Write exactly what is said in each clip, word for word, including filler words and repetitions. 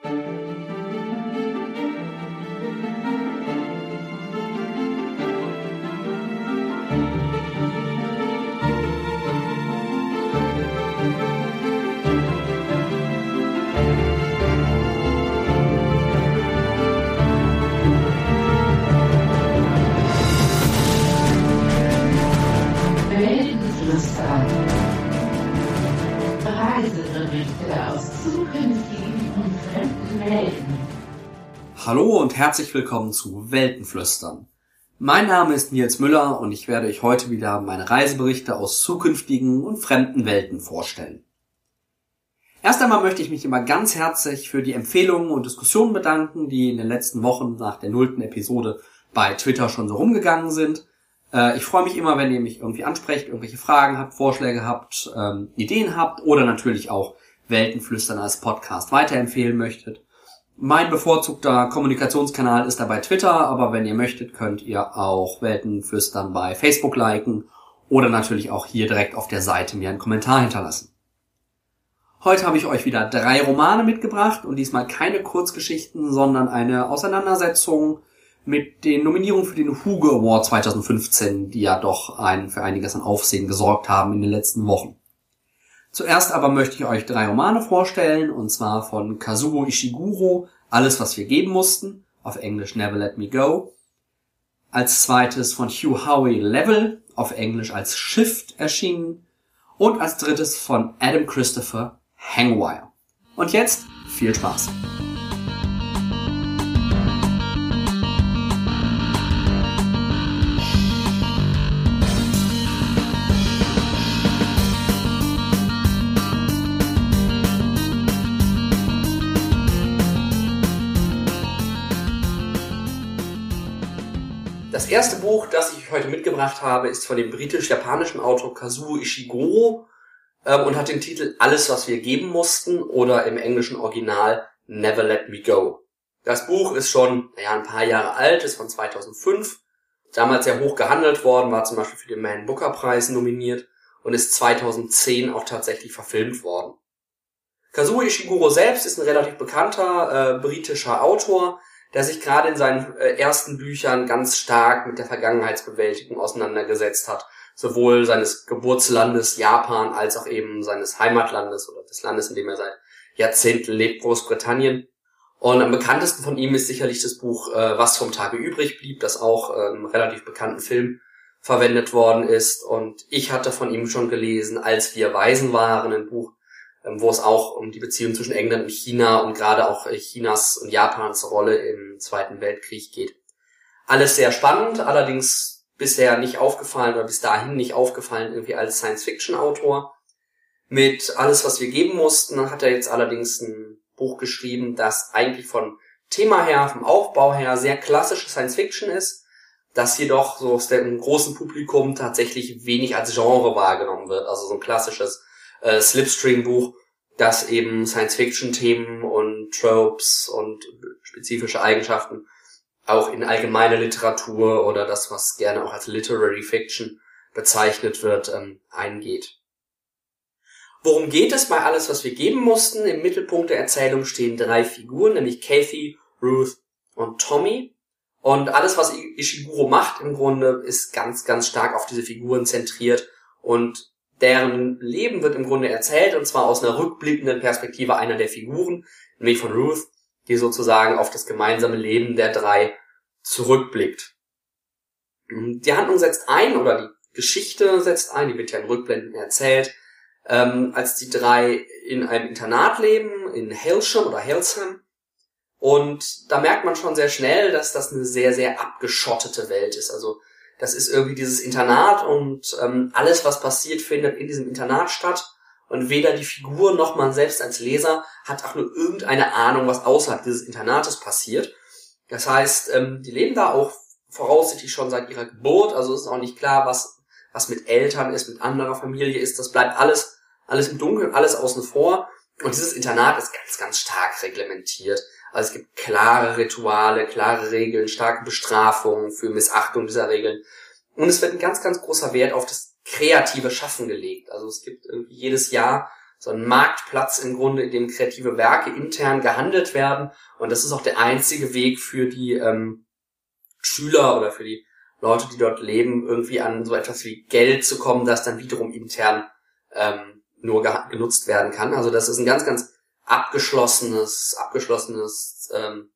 Hallo und herzlich willkommen zu Weltenflüstern. Mein Name ist Nils Müller und ich werde euch heute wieder meine Reiseberichte aus zukünftigen und fremden Welten vorstellen. Erst einmal möchte ich mich immer ganz herzlich für die Empfehlungen und Diskussionen bedanken, die in den letzten Wochen nach der nullten Episode bei Twitter schon so rumgegangen sind. Ich freue mich immer, wenn ihr mich irgendwie ansprecht, irgendwelche Fragen habt, Vorschläge habt, ähm, Ideen habt oder natürlich auch Weltenflüstern als Podcast weiterempfehlen möchtet. Mein bevorzugter Kommunikationskanal ist dabei Twitter, aber wenn ihr möchtet, könnt ihr auch Weltenflüstern bei Facebook liken oder natürlich auch hier direkt auf der Seite mir einen Kommentar hinterlassen. Heute habe ich euch wieder drei Romane mitgebracht und diesmal keine Kurzgeschichten, sondern eine Auseinandersetzung mit den Nominierungen für den Hugo Award zweitausendfünfzehn, die ja doch ein, für einiges an Aufsehen gesorgt haben in den letzten Wochen. Zuerst aber möchte ich euch drei Romane vorstellen, und zwar von Kazuo Ishiguro, Alles, was wir geben mussten, auf Englisch Never Let Me Go. Als zweites von Hugh Howey, Level, auf Englisch als Shift erschienen. Und als drittes von Adam Christopher, Hangwire. Und jetzt viel Spaß! Das erste Buch, das ich heute mitgebracht habe, ist von dem britisch-japanischen Autor Kazuo Ishiguro ähm, und hat den Titel Alles, was wir geben mussten oder im englischen Original Never Let Me Go. Das Buch ist schon naja, ein paar Jahre alt, ist von zweitausendfünf, damals sehr hoch gehandelt worden, war zum Beispiel für den Man Booker Preis nominiert und ist zweitausendzehn auch tatsächlich verfilmt worden. Kazuo Ishiguro selbst ist ein relativ bekannter äh, britischer Autor, der sich gerade in seinen äh, ersten Büchern ganz stark mit der Vergangenheitsbewältigung auseinandergesetzt hat, sowohl seines Geburtslandes Japan als auch eben seines Heimatlandes oder des Landes, in dem er seit Jahrzehnten lebt, Großbritannien. Und am bekanntesten von ihm ist sicherlich das Buch äh, Was vom Tage übrig blieb, das auch äh, im relativ bekannten Film verwendet worden ist. Und ich hatte von ihm schon gelesen, Als wir Waisen waren, ein Buch, wo es auch um die Beziehung zwischen England und China und gerade auch Chinas und Japans Rolle im Zweiten Weltkrieg geht. Alles sehr spannend, allerdings bisher nicht aufgefallen oder bis dahin nicht aufgefallen irgendwie als Science-Fiction-Autor. Mit Alles, was wir geben mussten, hat er jetzt allerdings ein Buch geschrieben, das eigentlich von Thema her, vom Aufbau her sehr klassische Science-Fiction ist, das jedoch so aus dem großen Publikum tatsächlich wenig als Genre wahrgenommen wird, also so ein klassisches Äh, Slipstream-Buch, das eben Science-Fiction-Themen und Tropes und spezifische Eigenschaften auch in allgemeine Literatur oder das, was gerne auch als Literary Fiction bezeichnet wird, ähm, eingeht. Worum geht es bei Alles, was wir geben mussten? Im Mittelpunkt der Erzählung stehen drei Figuren, nämlich Kathy, Ruth und Tommy. Und alles, was Ishiguro macht im Grunde, ist ganz, ganz stark auf diese Figuren zentriert und deren Leben wird im Grunde erzählt, und zwar aus einer rückblickenden Perspektive einer der Figuren, nämlich von Ruth, die sozusagen auf das gemeinsame Leben der drei zurückblickt. Die Handlung setzt ein, oder die Geschichte setzt ein, die wird ja in Rückblenden erzählt, ähm, als die drei in einem Internat leben, in Hailsham oder Hailsham. Und da merkt man schon sehr schnell, dass das eine sehr, sehr abgeschottete Welt ist. Also das ist irgendwie dieses Internat und ähm, alles, was passiert, findet in diesem Internat statt. Und weder die Figur noch man selbst als Leser hat auch nur irgendeine Ahnung, was außerhalb dieses Internates passiert. Das heißt, ähm, die leben da auch voraussichtlich schon seit ihrer Geburt. Also es ist auch nicht klar, was was mit Eltern ist, mit anderer Familie ist. Das bleibt alles alles im Dunkeln, alles außen vor. Und dieses Internat ist ganz, ganz stark reglementiert. Also es gibt klare Rituale, klare Regeln, starke Bestrafungen für Missachtung dieser Regeln. Und es wird ein ganz, ganz großer Wert auf das kreative Schaffen gelegt. Also es gibt irgendwie jedes Jahr so ein Marktplatz im Grunde, in dem kreative Werke intern gehandelt werden. Und das ist auch der einzige Weg für die ähm, Schüler oder für die Leute, die dort leben, irgendwie an so etwas wie Geld zu kommen, das dann wiederum intern ähm, nur ge- genutzt werden kann. Also das ist ein ganz, ganz abgeschlossenes, abgeschlossenes, ähm,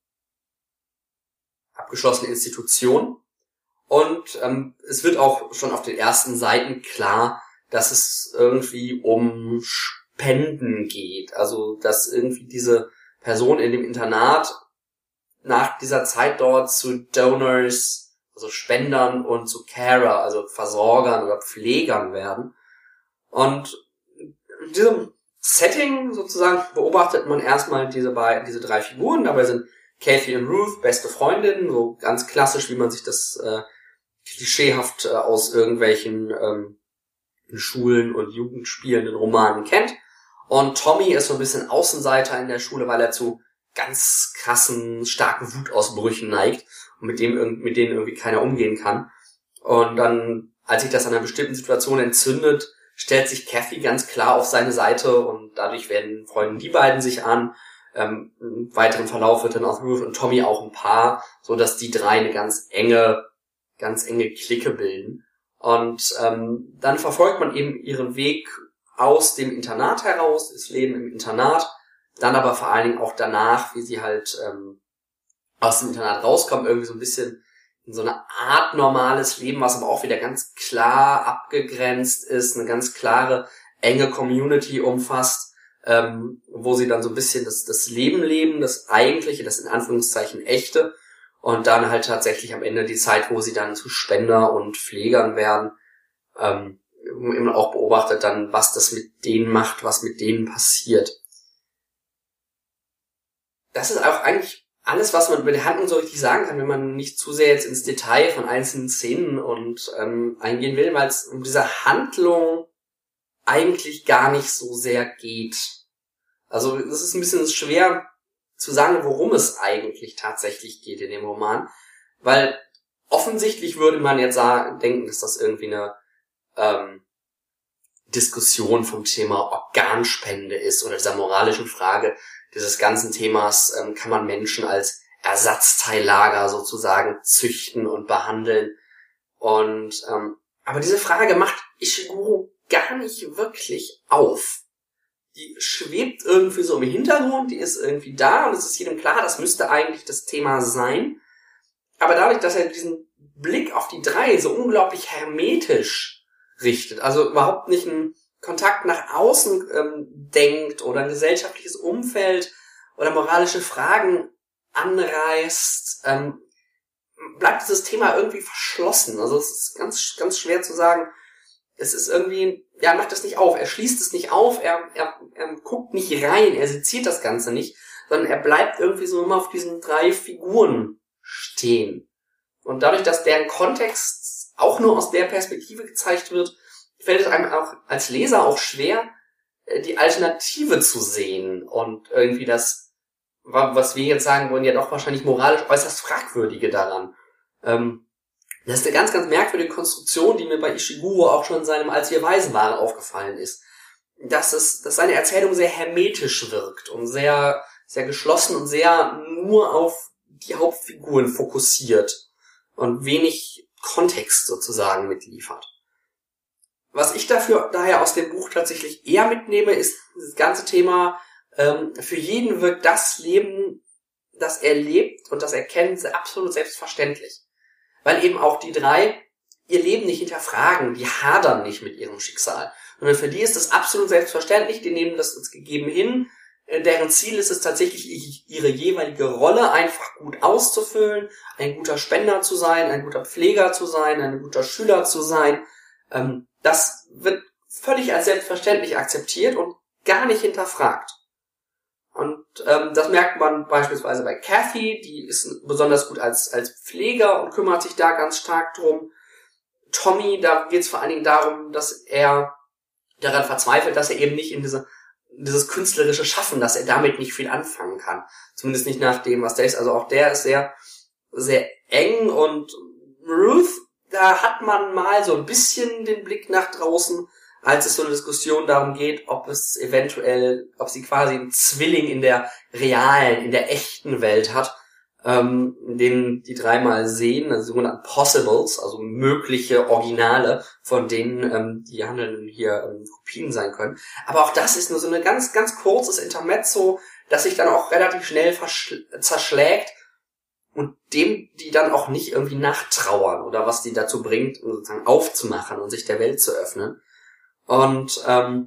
abgeschlossene Institution. Und ähm, es wird auch schon auf den ersten Seiten klar, dass es irgendwie um Spenden geht. Also dass irgendwie diese Person in dem Internat nach dieser Zeit dort zu Donors, also Spendern, und zu Carer, also Versorgern oder Pflegern werden. Und in diesem Setting sozusagen beobachtet man erstmal diese beiden, diese drei Figuren. Dabei sind Kathy und Ruth beste Freundinnen, so ganz klassisch, wie man sich das äh, klischeehaft äh, aus irgendwelchen ähm, Schulen und Jugendspielenden Romanen kennt. Und Tommy ist so ein bisschen Außenseiter in der Schule, weil er zu ganz krassen, starken Wutausbrüchen neigt und mit dem mit denen irgendwie keiner umgehen kann. Und dann, als sich das an einer bestimmten Situation entzündet, stellt sich Kathy ganz klar auf seine Seite und dadurch werden freunden die beiden sich an. Ähm, im weiteren Verlauf wird dann aus Ruth und Tommy auch ein Paar, so dass die drei eine ganz enge, ganz enge Clique bilden. Und ähm, dann verfolgt man eben ihren Weg aus dem Internat heraus, das Leben im Internat, dann aber vor allen Dingen auch danach, wie sie halt ähm, aus dem Internat rauskommen, irgendwie so ein bisschen in so eine Art normales Leben, was aber auch wieder ganz klar abgegrenzt ist, eine ganz klare, enge Community umfasst, ähm, wo sie dann so ein bisschen das, das Leben leben, das Eigentliche, das in Anführungszeichen Echte, und dann halt tatsächlich am Ende die Zeit, wo sie dann zu Spender und Pflegern werden, ähm, eben auch beobachtet dann, was das mit denen macht, was mit denen passiert. Das ist auch eigentlich alles, was man über die Handlung so richtig sagen kann, wenn man nicht zu sehr jetzt ins Detail von einzelnen Szenen und ähm, eingehen will, weil es um diese Handlung eigentlich gar nicht so sehr geht. Also es ist ein bisschen schwer zu sagen, worum es eigentlich tatsächlich geht in dem Roman, weil offensichtlich würde man jetzt sagen, denken, dass das irgendwie eine ähm, Diskussion vom Thema Organspende ist oder dieser moralischen Frage dieses ganzen Themas, ähm, kann man Menschen als Ersatzteillager sozusagen züchten und behandeln. Und ähm, aber diese Frage macht Ishiguro gar nicht wirklich auf. Die schwebt irgendwie so im Hintergrund, die ist irgendwie da und es ist jedem klar, das müsste eigentlich das Thema sein. Aber dadurch, dass er diesen Blick auf die drei so unglaublich hermetisch richtet, also überhaupt nicht einen Kontakt nach außen ähm, denkt oder ein gesellschaftliches Umfeld oder moralische Fragen anreißt, ähm, bleibt dieses Thema irgendwie verschlossen. Also es ist ganz, ganz schwer zu sagen, es ist irgendwie, ja, er macht das nicht auf, er schließt es nicht auf, er, er, er guckt nicht rein, er seziert das Ganze nicht, sondern er bleibt irgendwie so immer auf diesen drei Figuren stehen. Und dadurch, dass deren Kontext auch nur aus der Perspektive gezeigt wird, fällt es einem auch als Leser auch schwer, die Alternative zu sehen und irgendwie das, was wir jetzt sagen wollen, ja doch wahrscheinlich moralisch äußerst fragwürdige daran. Ähm, das ist eine ganz, ganz merkwürdige Konstruktion, die mir bei Ishiguro auch schon in seinem Als wir Waisen waren aufgefallen ist. Dass es, dass seine Erzählung sehr hermetisch wirkt und sehr, sehr geschlossen und sehr nur auf die Hauptfiguren fokussiert und wenig Kontext sozusagen mitliefert. Was ich dafür daher aus dem Buch tatsächlich eher mitnehme, ist das ganze Thema, ähm, für jeden wirkt das Leben, das er lebt und das er kennt, absolut selbstverständlich. Weil eben auch die drei ihr Leben nicht hinterfragen, die hadern nicht mit ihrem Schicksal. Sondern für die ist das absolut selbstverständlich, die nehmen das uns gegeben hin. Deren Ziel ist es tatsächlich, ihre jeweilige Rolle einfach gut auszufüllen, ein guter Spender zu sein, ein guter Pfleger zu sein, ein guter Schüler zu sein. Das wird völlig als selbstverständlich akzeptiert und gar nicht hinterfragt. Und ähm, das merkt man beispielsweise bei Kathy, die ist besonders gut als als Pfleger und kümmert sich da ganz stark drum. Tommy, da geht es vor allen Dingen darum, dass er daran verzweifelt, dass er eben nicht in diese dieses künstlerische Schaffen, dass er damit nicht viel anfangen kann. Zumindest nicht nach dem, was der ist. Also auch der ist sehr, sehr eng. Und Ruth, da hat man mal so ein bisschen den Blick nach draußen, als es so eine Diskussion darum geht, ob es eventuell, ob sie quasi einen Zwilling in der realen, in der echten Welt hat, ähm, den die dreimal sehen, also sogenannten Possibles, also mögliche Originale, von denen ähm, die handelnden hier ähm, Kopien sein können. Aber auch das ist nur so ein ganz, ganz kurzes Intermezzo, das sich dann auch relativ schnell zerschlägt und dem die dann auch nicht irgendwie nachtrauern oder was die dazu bringt, sozusagen aufzumachen und sich der Welt zu öffnen. Und ähm,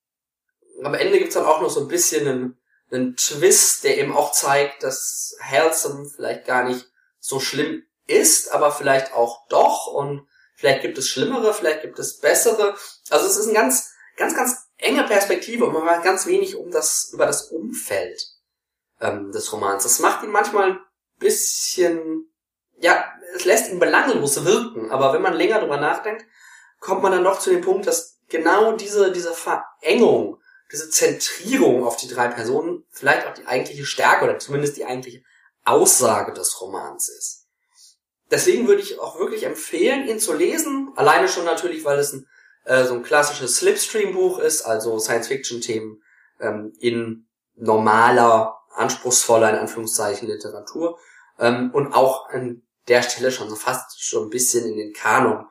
am Ende gibt's dann auch noch so ein bisschen einen einen Twist, der eben auch zeigt, dass Halcyon vielleicht gar nicht so schlimm ist, aber vielleicht auch doch, und vielleicht gibt es Schlimmere, vielleicht gibt es Bessere. Also es ist eine ganz, ganz, ganz enge Perspektive und man weiß ganz wenig um das, über das Umfeld ähm, des Romans. Das macht ihn manchmal ein bisschen, ja, es lässt ihn belanglos wirken, aber wenn man länger drüber nachdenkt, kommt man dann doch zu dem Punkt, dass genau diese, diese Verengung, diese Zentrierung auf die drei Personen vielleicht auch die eigentliche Stärke oder zumindest die eigentliche Aussage des Romans ist. Deswegen würde ich auch wirklich empfehlen, ihn zu lesen. Alleine schon natürlich, weil es ein, äh, so ein klassisches Slipstream-Buch ist, also Science-Fiction-Themen ähm, in normaler, anspruchsvoller, in Anführungszeichen, Literatur. Ähm, und auch an der Stelle schon so fast schon ein bisschen in den Kanon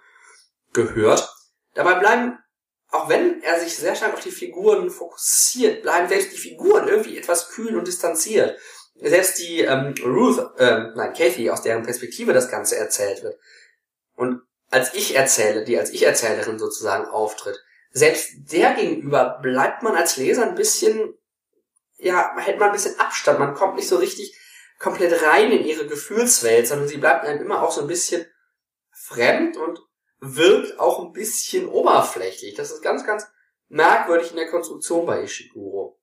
gehört. Dabei bleiben, auch wenn er sich sehr stark auf die Figuren fokussiert, bleiben selbst die Figuren irgendwie etwas kühl und distanziert. Selbst die ähm, Ruth, äh, nein, Kathy, aus deren Perspektive das Ganze erzählt wird. Und als ich erzähle, die als Ich-Erzählerin sozusagen auftritt, selbst der gegenüber bleibt man als Leser ein bisschen, ja, hält man ein bisschen Abstand. Man kommt nicht so richtig komplett rein in ihre Gefühlswelt, sondern sie bleibt einem immer auch so ein bisschen fremd und wirkt auch ein bisschen oberflächlich. Das ist ganz, ganz merkwürdig in der Konstruktion bei Ishiguro.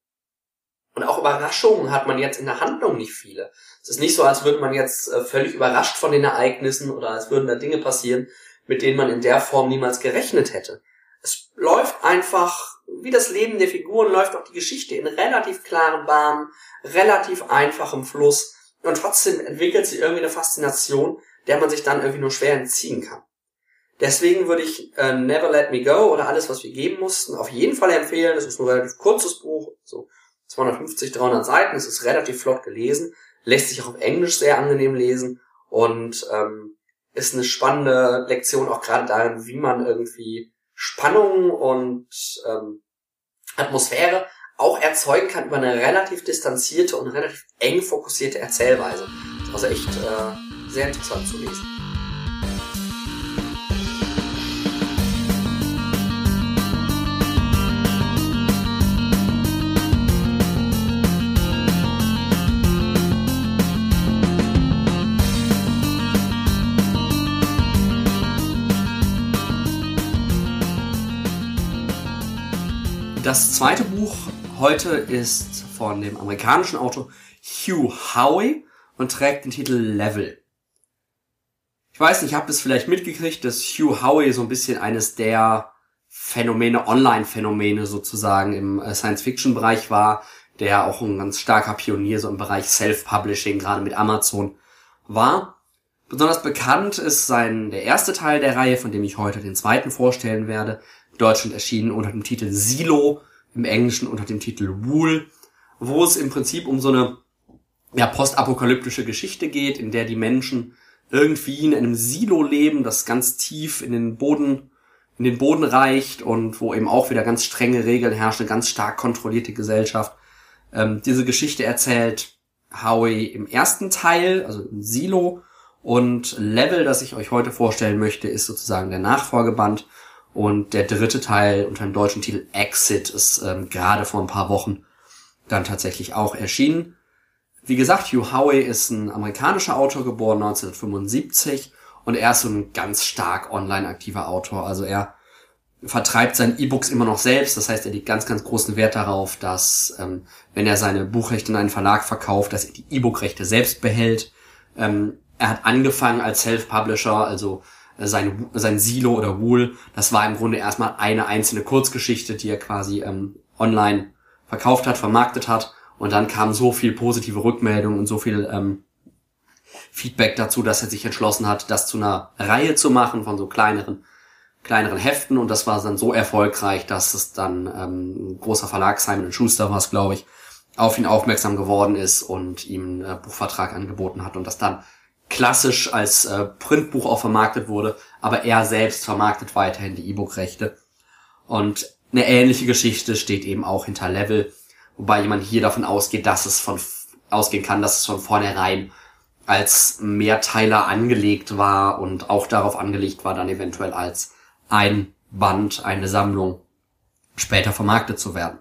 Und auch Überraschungen hat man jetzt in der Handlung nicht viele. Es ist nicht so, als würde man jetzt äh, völlig überrascht von den Ereignissen oder als würden da Dinge passieren, mit denen man in der Form niemals gerechnet hätte. Es läuft einfach, wie das Leben der Figuren, läuft auch die Geschichte in relativ klaren Bahnen, relativ einfachem Fluss, und trotzdem entwickelt sie irgendwie eine Faszination, der man sich dann irgendwie nur schwer entziehen kann. Deswegen würde ich äh, Never Let Me Go oder Alles, was wir geben mussten, auf jeden Fall empfehlen. Es ist ein relativ kurzes Buch, so zweihundertfünfzig, dreihundert Seiten. Es ist relativ flott gelesen, lässt sich auch auf Englisch sehr angenehm lesen und ähm, ist eine spannende Lektion auch gerade darin, wie man irgendwie Spannung und ähm, Atmosphäre auch erzeugen kann über eine relativ distanzierte und relativ eng fokussierte Erzählweise. Das ist also echt äh, sehr interessant zu lesen. Das zweite Buch heute ist von dem amerikanischen Autor Hugh Howey und trägt den Titel Level. Ich weiß nicht, habt ihr es vielleicht mitgekriegt, dass Hugh Howey so ein bisschen eines der Phänomene, Online-Phänomene sozusagen im Science-Fiction-Bereich war, der auch ein ganz starker Pionier so im Bereich Self-Publishing, gerade mit Amazon, war. Besonders bekannt ist sein der erste Teil der Reihe, von dem ich heute den zweiten vorstellen werde. In Deutschland erschienen unter dem Titel Silo, im Englischen unter dem Titel Wool, wo es im Prinzip um so eine ja, postapokalyptische Geschichte geht, in der die Menschen irgendwie in einem Silo leben, das ganz tief in den Boden, in den Boden reicht und wo eben auch wieder ganz strenge Regeln herrschen, eine ganz stark kontrollierte Gesellschaft. Ähm, diese Geschichte erzählt Howey im ersten Teil, also im Silo, und Level, das ich euch heute vorstellen möchte, ist sozusagen der Nachfolgeband. Und der dritte Teil unter dem deutschen Titel Exit ist ähm, gerade vor ein paar Wochen dann tatsächlich auch erschienen. Wie gesagt, Hugh Howey ist ein amerikanischer Autor, geboren neunzehnhundertfünfundsiebzig, und er ist so ein ganz stark online aktiver Autor. Also er vertreibt seine E-Books immer noch selbst. Das heißt, er legt ganz, ganz großen Wert darauf, dass, ähm, wenn er seine Buchrechte in einen Verlag verkauft, dass er die E-Book-Rechte selbst behält. Ähm, er hat angefangen als Self-Publisher, also sein, sein Silo oder Wool, das war im Grunde erstmal eine einzelne Kurzgeschichte, die er quasi ähm, online verkauft hat, vermarktet hat, und dann kam so viel positive Rückmeldung und so viel ähm, Feedback dazu, dass er sich entschlossen hat, das zu einer Reihe zu machen von so kleineren kleineren Heften und das war dann so erfolgreich, dass es dann ähm, ein großer Verlag, Simon und Schuster war es, glaube ich, auf ihn aufmerksam geworden ist und ihm einen äh, Buchvertrag angeboten hat und das dann klassisch als äh, Printbuch auch vermarktet wurde, aber er selbst vermarktet weiterhin die E-Book-Rechte. Und eine ähnliche Geschichte steht eben auch hinter Level, wobei man hier davon ausgeht, dass es von ausgehen kann, dass es von vornherein als Mehrteiler angelegt war und auch darauf angelegt war, dann eventuell als ein Band, eine Sammlung später vermarktet zu werden.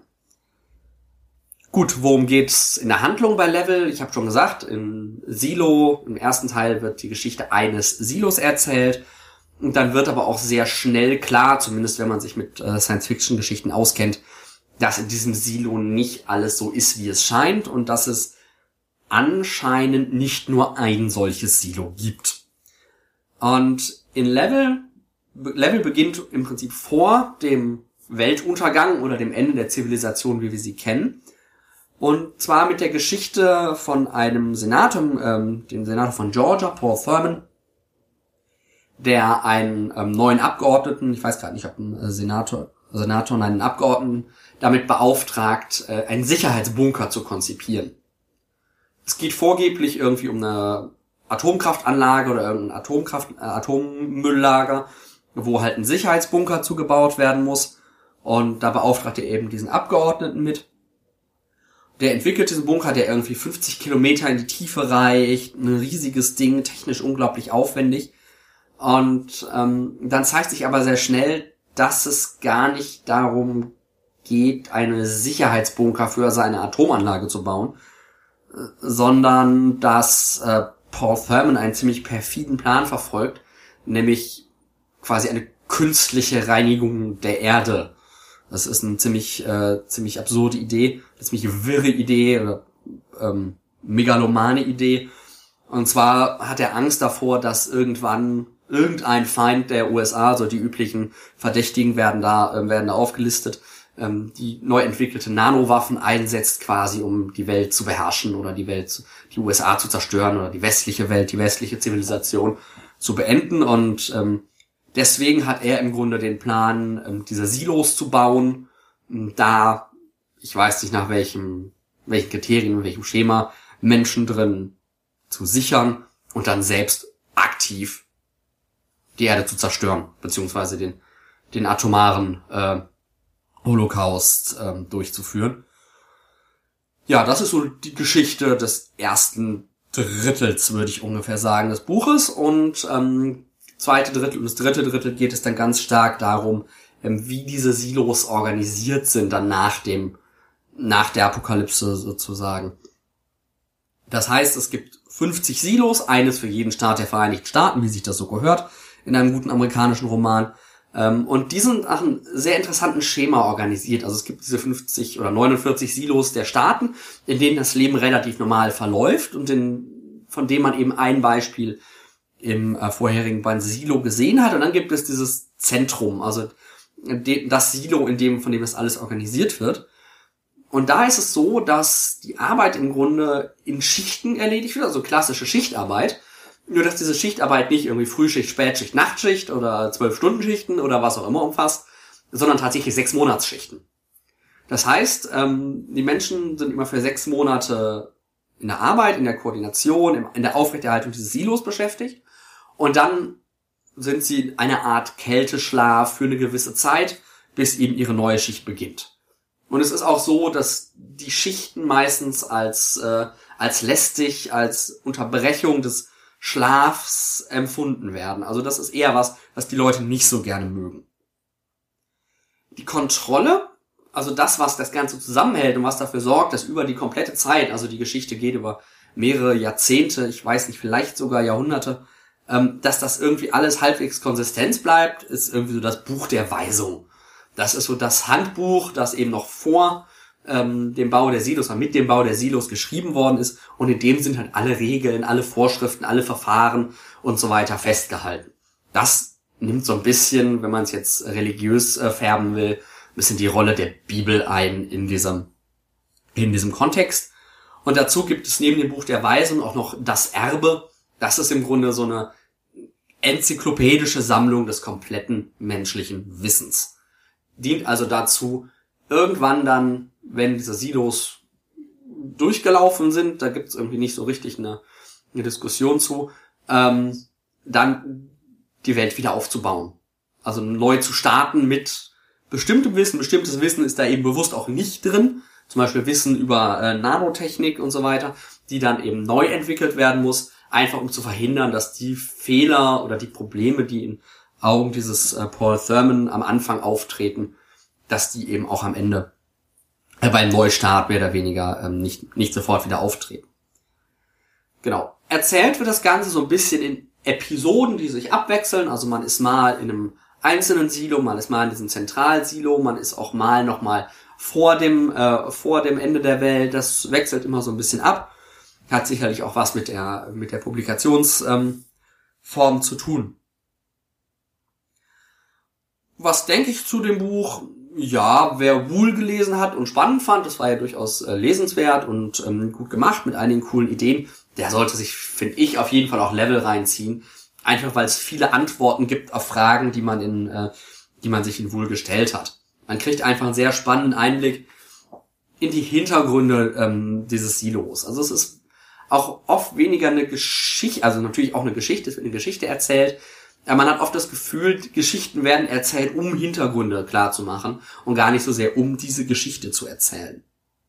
Gut, worum geht's in der Handlung bei Level? Ich habe schon gesagt, im Silo, im ersten Teil wird die Geschichte eines Silos erzählt und dann wird aber auch sehr schnell klar, zumindest wenn man sich mit äh, Science-Fiction-Geschichten auskennt, dass in diesem Silo nicht alles so ist, wie es scheint und dass es anscheinend nicht nur ein solches Silo gibt. Und in Level, Level beginnt im Prinzip vor dem Weltuntergang oder dem Ende der Zivilisation, wie wir sie kennen. Und zwar mit der Geschichte von einem Senator, ähm, dem Senator von Georgia, Paul Thurman, der einen ähm, neuen Abgeordneten, ich weiß gerade nicht, ob ein äh, Senator, Senator, nein, einen Abgeordneten damit beauftragt, äh, einen Sicherheitsbunker zu konzipieren. Es geht vorgeblich irgendwie um eine Atomkraftanlage oder irgendein Atomkraft, äh, Atommülllager, wo halt ein Sicherheitsbunker zugebaut werden muss. Und da beauftragt er eben diesen Abgeordneten mit. Der entwickelt diesen Bunker, der irgendwie fünfzig Kilometer in die Tiefe reicht, ein riesiges Ding, technisch unglaublich aufwendig. Und ähm, dann zeigt sich aber sehr schnell, dass es gar nicht darum geht, eine Sicherheitsbunker für seine Atomanlage zu bauen, sondern dass äh, Paul Thurman einen ziemlich perfiden Plan verfolgt, nämlich quasi eine künstliche Reinigung der Erde. Das ist eine ziemlich äh, ziemlich absurde Idee, eine ziemlich wirre Idee oder ähm, megalomane Idee. Und zwar hat er Angst davor, dass irgendwann irgendein Feind der U S A, so die üblichen Verdächtigen werden da äh, werden da aufgelistet, ähm, die neu entwickelte Nanowaffen einsetzt quasi, um die Welt zu beherrschen oder die Welt, zu, die U S A zu zerstören oder die westliche Welt, die westliche Zivilisation zu beenden. Und ähm, deswegen hat er im Grunde den Plan, ähm, diese Silos zu bauen, da, ich weiß nicht nach welchem, welchen Kriterien, welchem Schema, Menschen drin zu sichern und dann selbst aktiv die Erde zu zerstören, beziehungsweise den, den atomaren äh, Holocaust äh, durchzuführen. Ja, das ist so die Geschichte des ersten Drittels, würde ich ungefähr sagen, des Buches. Und ähm, zweite Drittel und das dritte Drittel geht es dann ganz stark darum, ähm, wie diese Silos organisiert sind dann nach dem, nach der Apokalypse sozusagen. Das heißt, es gibt fünfzig Silos, eines für jeden Staat der Vereinigten Staaten, wie sich das so gehört, in einem guten amerikanischen Roman. Und die sind nach einem sehr interessanten Schema organisiert. Also es gibt diese fünfzig oder neunundvierzig Silos der Staaten, in denen das Leben relativ normal verläuft und in, von dem man eben ein Beispiel im äh, vorherigen Band Silo gesehen hat. Und dann gibt es dieses Zentrum, also de, das Silo, in dem, von dem das alles organisiert wird. Und da ist es so, dass die Arbeit im Grunde in Schichten erledigt wird, also klassische Schichtarbeit. Nur, dass diese Schichtarbeit nicht irgendwie Frühschicht, Spätschicht, Nachtschicht oder zwölf-Stunden-Schichten oder was auch immer umfasst, sondern tatsächlich sechs Monatsschichten. Das heißt, ähm, die Menschen sind immer für sechs Monate in der Arbeit, in der Koordination, in der Aufrechterhaltung dieses Silos beschäftigt und dann sind sie in einer Art Kälteschlaf für eine gewisse Zeit, bis eben ihre neue Schicht beginnt. Und es ist auch so, dass die Schichten meistens als äh, als lästig, als Unterbrechung des Schlafs empfunden werden. Also das ist eher was, was die Leute nicht so gerne mögen. Die Kontrolle, also das, was das Ganze zusammenhält und was dafür sorgt, dass über die komplette Zeit, also die Geschichte geht über mehrere Jahrzehnte, ich weiß nicht, vielleicht sogar Jahrhunderte, ähm, dass das irgendwie alles halbwegs konsistent bleibt, ist irgendwie so das Buch der Weisung. Das ist so das Handbuch, das eben noch vor ähm, dem Bau der Silos, oder mit dem Bau der Silos geschrieben worden ist. Und in dem sind halt alle Regeln, alle Vorschriften, alle Verfahren und so weiter festgehalten. Das nimmt so ein bisschen, wenn man es jetzt religiös äh, färben will, ein bisschen die Rolle der Bibel ein in diesem, in diesem Kontext. Und dazu gibt es neben dem Buch der Weisung auch noch das Erbe. Das ist im Grunde so eine enzyklopädische Sammlung des kompletten menschlichen Wissens. Dient also dazu, irgendwann dann, wenn diese Silos durchgelaufen sind, da gibt es irgendwie nicht so richtig eine, eine Diskussion zu, ähm, dann die Welt wieder aufzubauen. Also neu zu starten mit bestimmtem Wissen. Bestimmtes Wissen ist da eben bewusst auch nicht drin. Zum Beispiel Wissen über äh, Nanotechnik und so weiter, die dann eben neu entwickelt werden muss, einfach um zu verhindern, dass die Fehler oder die Probleme, die in Augen dieses äh, Paul Thurman am Anfang auftreten, dass die eben auch am Ende äh, beim Neustart mehr oder weniger ähm, nicht nicht sofort wieder auftreten. Genau. Erzählt wird das Ganze so ein bisschen in Episoden, die sich abwechseln. Also man ist mal in einem einzelnen Silo, man ist mal in diesem Zentralsilo, man ist auch mal nochmal vor dem äh, vor dem Ende der Welt. Das wechselt immer so ein bisschen ab. Hat sicherlich auch was mit der mit der Publikationsform ähm, zu tun. Was denke ich zu dem Buch? Ja, wer Wool gelesen hat und spannend fand, das war ja durchaus äh, lesenswert und ähm, gut gemacht mit einigen coolen Ideen, der sollte sich, finde ich, auf jeden Fall auch Level reinziehen. Einfach weil es viele Antworten gibt auf Fragen, die man in, äh, die man sich in Wool gestellt hat. Man kriegt einfach einen sehr spannenden Einblick in die Hintergründe ähm, dieses Silos. Also es ist auch oft weniger eine Geschichte, also natürlich auch eine Geschichte, es wird eine Geschichte erzählt, aber man hat oft das Gefühl, Geschichten werden erzählt, um Hintergründe klar zu machen und gar nicht so sehr, um diese Geschichte zu erzählen.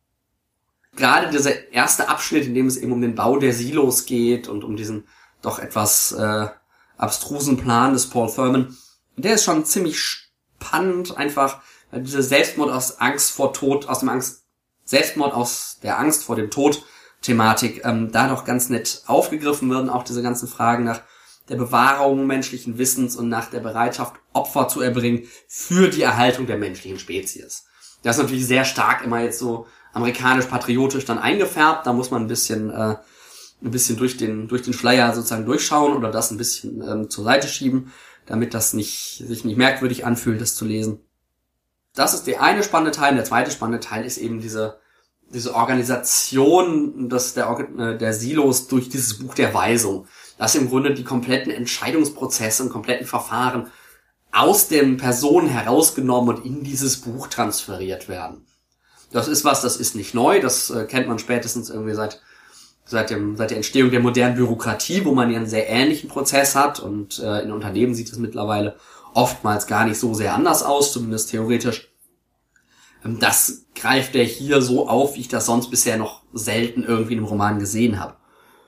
Gerade dieser erste Abschnitt, in dem es eben um den Bau der Silos geht und um diesen doch etwas äh, abstrusen Plan des Paul Thurman, der ist schon ziemlich spannend, einfach weil dieser Selbstmord aus Angst vor Tod, aus dem Angst, Selbstmord aus der Angst vor dem Tod Thematik ähm, da doch ganz nett aufgegriffen werden, auch diese ganzen Fragen nach der Bewahrung menschlichen Wissens und nach der Bereitschaft, Opfer zu erbringen für die Erhaltung der menschlichen Spezies. Das ist natürlich sehr stark immer jetzt so amerikanisch-patriotisch dann eingefärbt, da muss man ein bisschen äh, ein bisschen durch den durch den Schleier sozusagen durchschauen oder das ein bisschen ähm, zur Seite schieben, damit das nicht sich nicht merkwürdig anfühlt, das zu lesen. Das ist der eine spannende Teil. Und der zweite spannende Teil ist eben diese diese Organisation des, der, der Silos durch dieses Buch der Weisung. Dass im Grunde die kompletten Entscheidungsprozesse und kompletten Verfahren aus den Personen herausgenommen und in dieses Buch transferiert werden. Das ist was, das ist nicht neu, das äh, kennt man spätestens irgendwie seit seit dem seit der Entstehung der modernen Bürokratie, wo man ja einen sehr ähnlichen Prozess hat und äh, in Unternehmen sieht es mittlerweile oftmals gar nicht so sehr anders aus, zumindest theoretisch. Ähm, das greift er hier so auf, wie ich das sonst bisher noch selten irgendwie in einem Roman gesehen habe.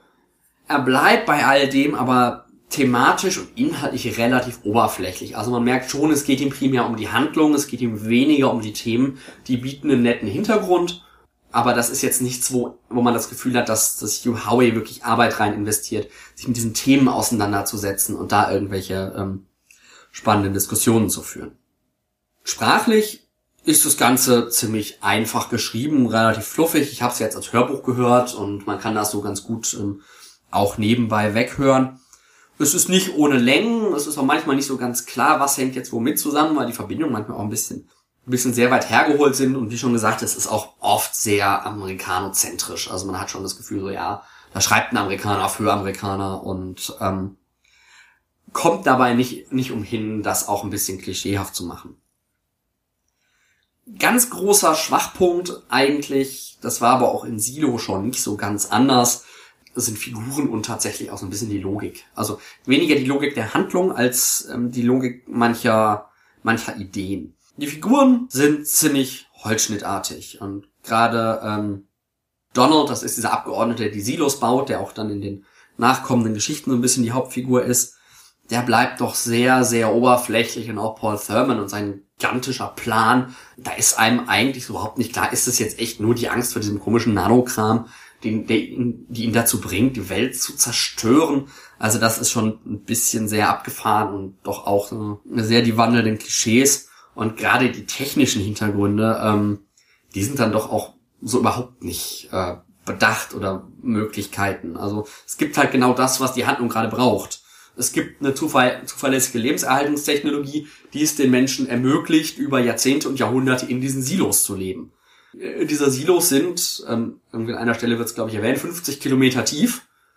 Er bleibt bei all dem aber thematisch und inhaltlich relativ oberflächlich. Also man merkt schon, es geht ihm primär um die Handlung, es geht ihm weniger um die Themen, die bieten einen netten Hintergrund, aber das ist jetzt nichts, wo, wo man das Gefühl hat, dass, dass Hugh Howey wirklich Arbeit rein investiert, sich mit diesen Themen auseinanderzusetzen und da irgendwelche ähm, spannenden Diskussionen zu führen. Sprachlich ist das Ganze ziemlich einfach geschrieben, relativ fluffig. Ich habe es jetzt als Hörbuch gehört und man kann das so ganz gut ähm, auch nebenbei weghören. Es ist nicht ohne Längen, es ist auch manchmal nicht so ganz klar, was hängt jetzt womit zusammen, weil die Verbindungen manchmal auch ein bisschen ein bisschen sehr weit hergeholt sind und wie schon gesagt, es ist auch oft sehr amerikanozentrisch. Also man hat schon das Gefühl, so ja, da schreibt ein Amerikaner für Amerikaner und ähm, kommt dabei nicht nicht umhin, das auch ein bisschen klischeehaft zu machen. Ganz großer Schwachpunkt eigentlich, das war aber auch in Silo schon nicht so ganz anders, das sind Figuren und tatsächlich auch so ein bisschen die Logik. Also weniger die Logik der Handlung als ähm, die Logik mancher mancher Ideen. Die Figuren sind ziemlich holzschnittartig und gerade ähm, Donald, das ist dieser Abgeordnete, der die Silos baut, der auch dann in den nachkommenden Geschichten so ein bisschen die Hauptfigur ist, der bleibt doch sehr, sehr oberflächlich und auch Paul Thurman und sein gigantischer Plan, da ist einem eigentlich so überhaupt nicht klar, ist es jetzt echt nur die Angst vor diesem komischen Nanokram, den, der ihn, die ihn dazu bringt, die Welt zu zerstören. Also das ist schon ein bisschen sehr abgefahren und doch auch so sehr die wandelnden Klischees. Und gerade die technischen Hintergründe, ähm, die sind dann doch auch so überhaupt nicht äh, bedacht oder Möglichkeiten. Also es gibt halt genau das, was die Handlung gerade braucht. Es gibt eine zuver- zuverlässige Lebenserhaltungstechnologie, die es den Menschen ermöglicht, über Jahrzehnte und Jahrhunderte in diesen Silos zu leben. Äh, diese Silos sind, ähm, an einer Stelle wird es glaube ich erwähnt, fünfzig Kilometer tief.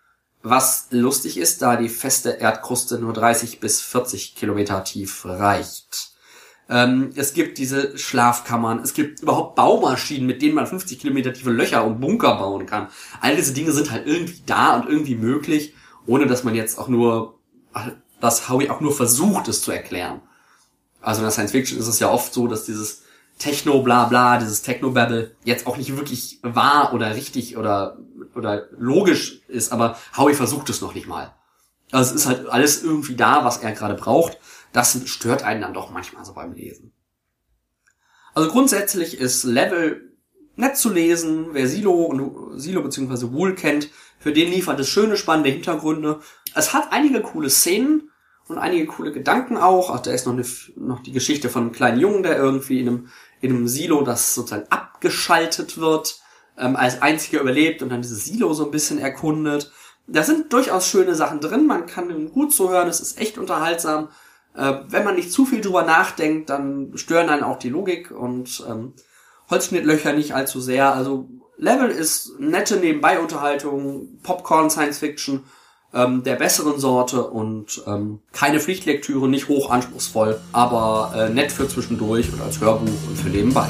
Was lustig ist, da die feste Erdkruste nur dreißig bis vierzig Kilometer tief reicht. Ähm, es gibt diese Schlafkammern, es gibt überhaupt Baumaschinen, mit denen man fünfzig Kilometer tiefe Löcher und Bunker bauen kann. All diese Dinge sind halt irgendwie da und irgendwie möglich, ohne dass man jetzt auch nur, dass Howie auch nur versucht, es zu erklären. Also in der Science Fiction ist es ja oft so, dass dieses Techno-Blabla, dieses Techno-Babble jetzt auch nicht wirklich wahr oder richtig oder oder logisch ist, aber Howie versucht es noch nicht mal. Also es ist halt alles irgendwie da, was er gerade braucht. Das stört einen dann doch manchmal so beim Lesen. Also grundsätzlich ist Level nett zu lesen. Wer Silo und Silo bzw. Wool kennt, für den liefert es schöne, spannende Hintergründe. Es hat einige coole Szenen und einige coole Gedanken auch. Ach, da ist noch, eine, noch die Geschichte von einem kleinen Jungen, der irgendwie in einem, in einem Silo, das sozusagen abgeschaltet wird, ähm, als einziger überlebt und dann dieses Silo so ein bisschen erkundet. Da sind durchaus schöne Sachen drin, man kann ihm gut zuhören, es ist echt unterhaltsam. Äh, wenn man nicht zu viel drüber nachdenkt, dann stören einen auch die Logik und ähm, Holzschnittlöcher nicht allzu sehr. Also Level ist nette Nebenbei-Unterhaltung, Popcorn-Science-Fiction ähm, der besseren Sorte und ähm, keine Pflichtlektüre, nicht hoch anspruchsvoll, aber äh, nett für zwischendurch und als Hörbuch und für nebenbei.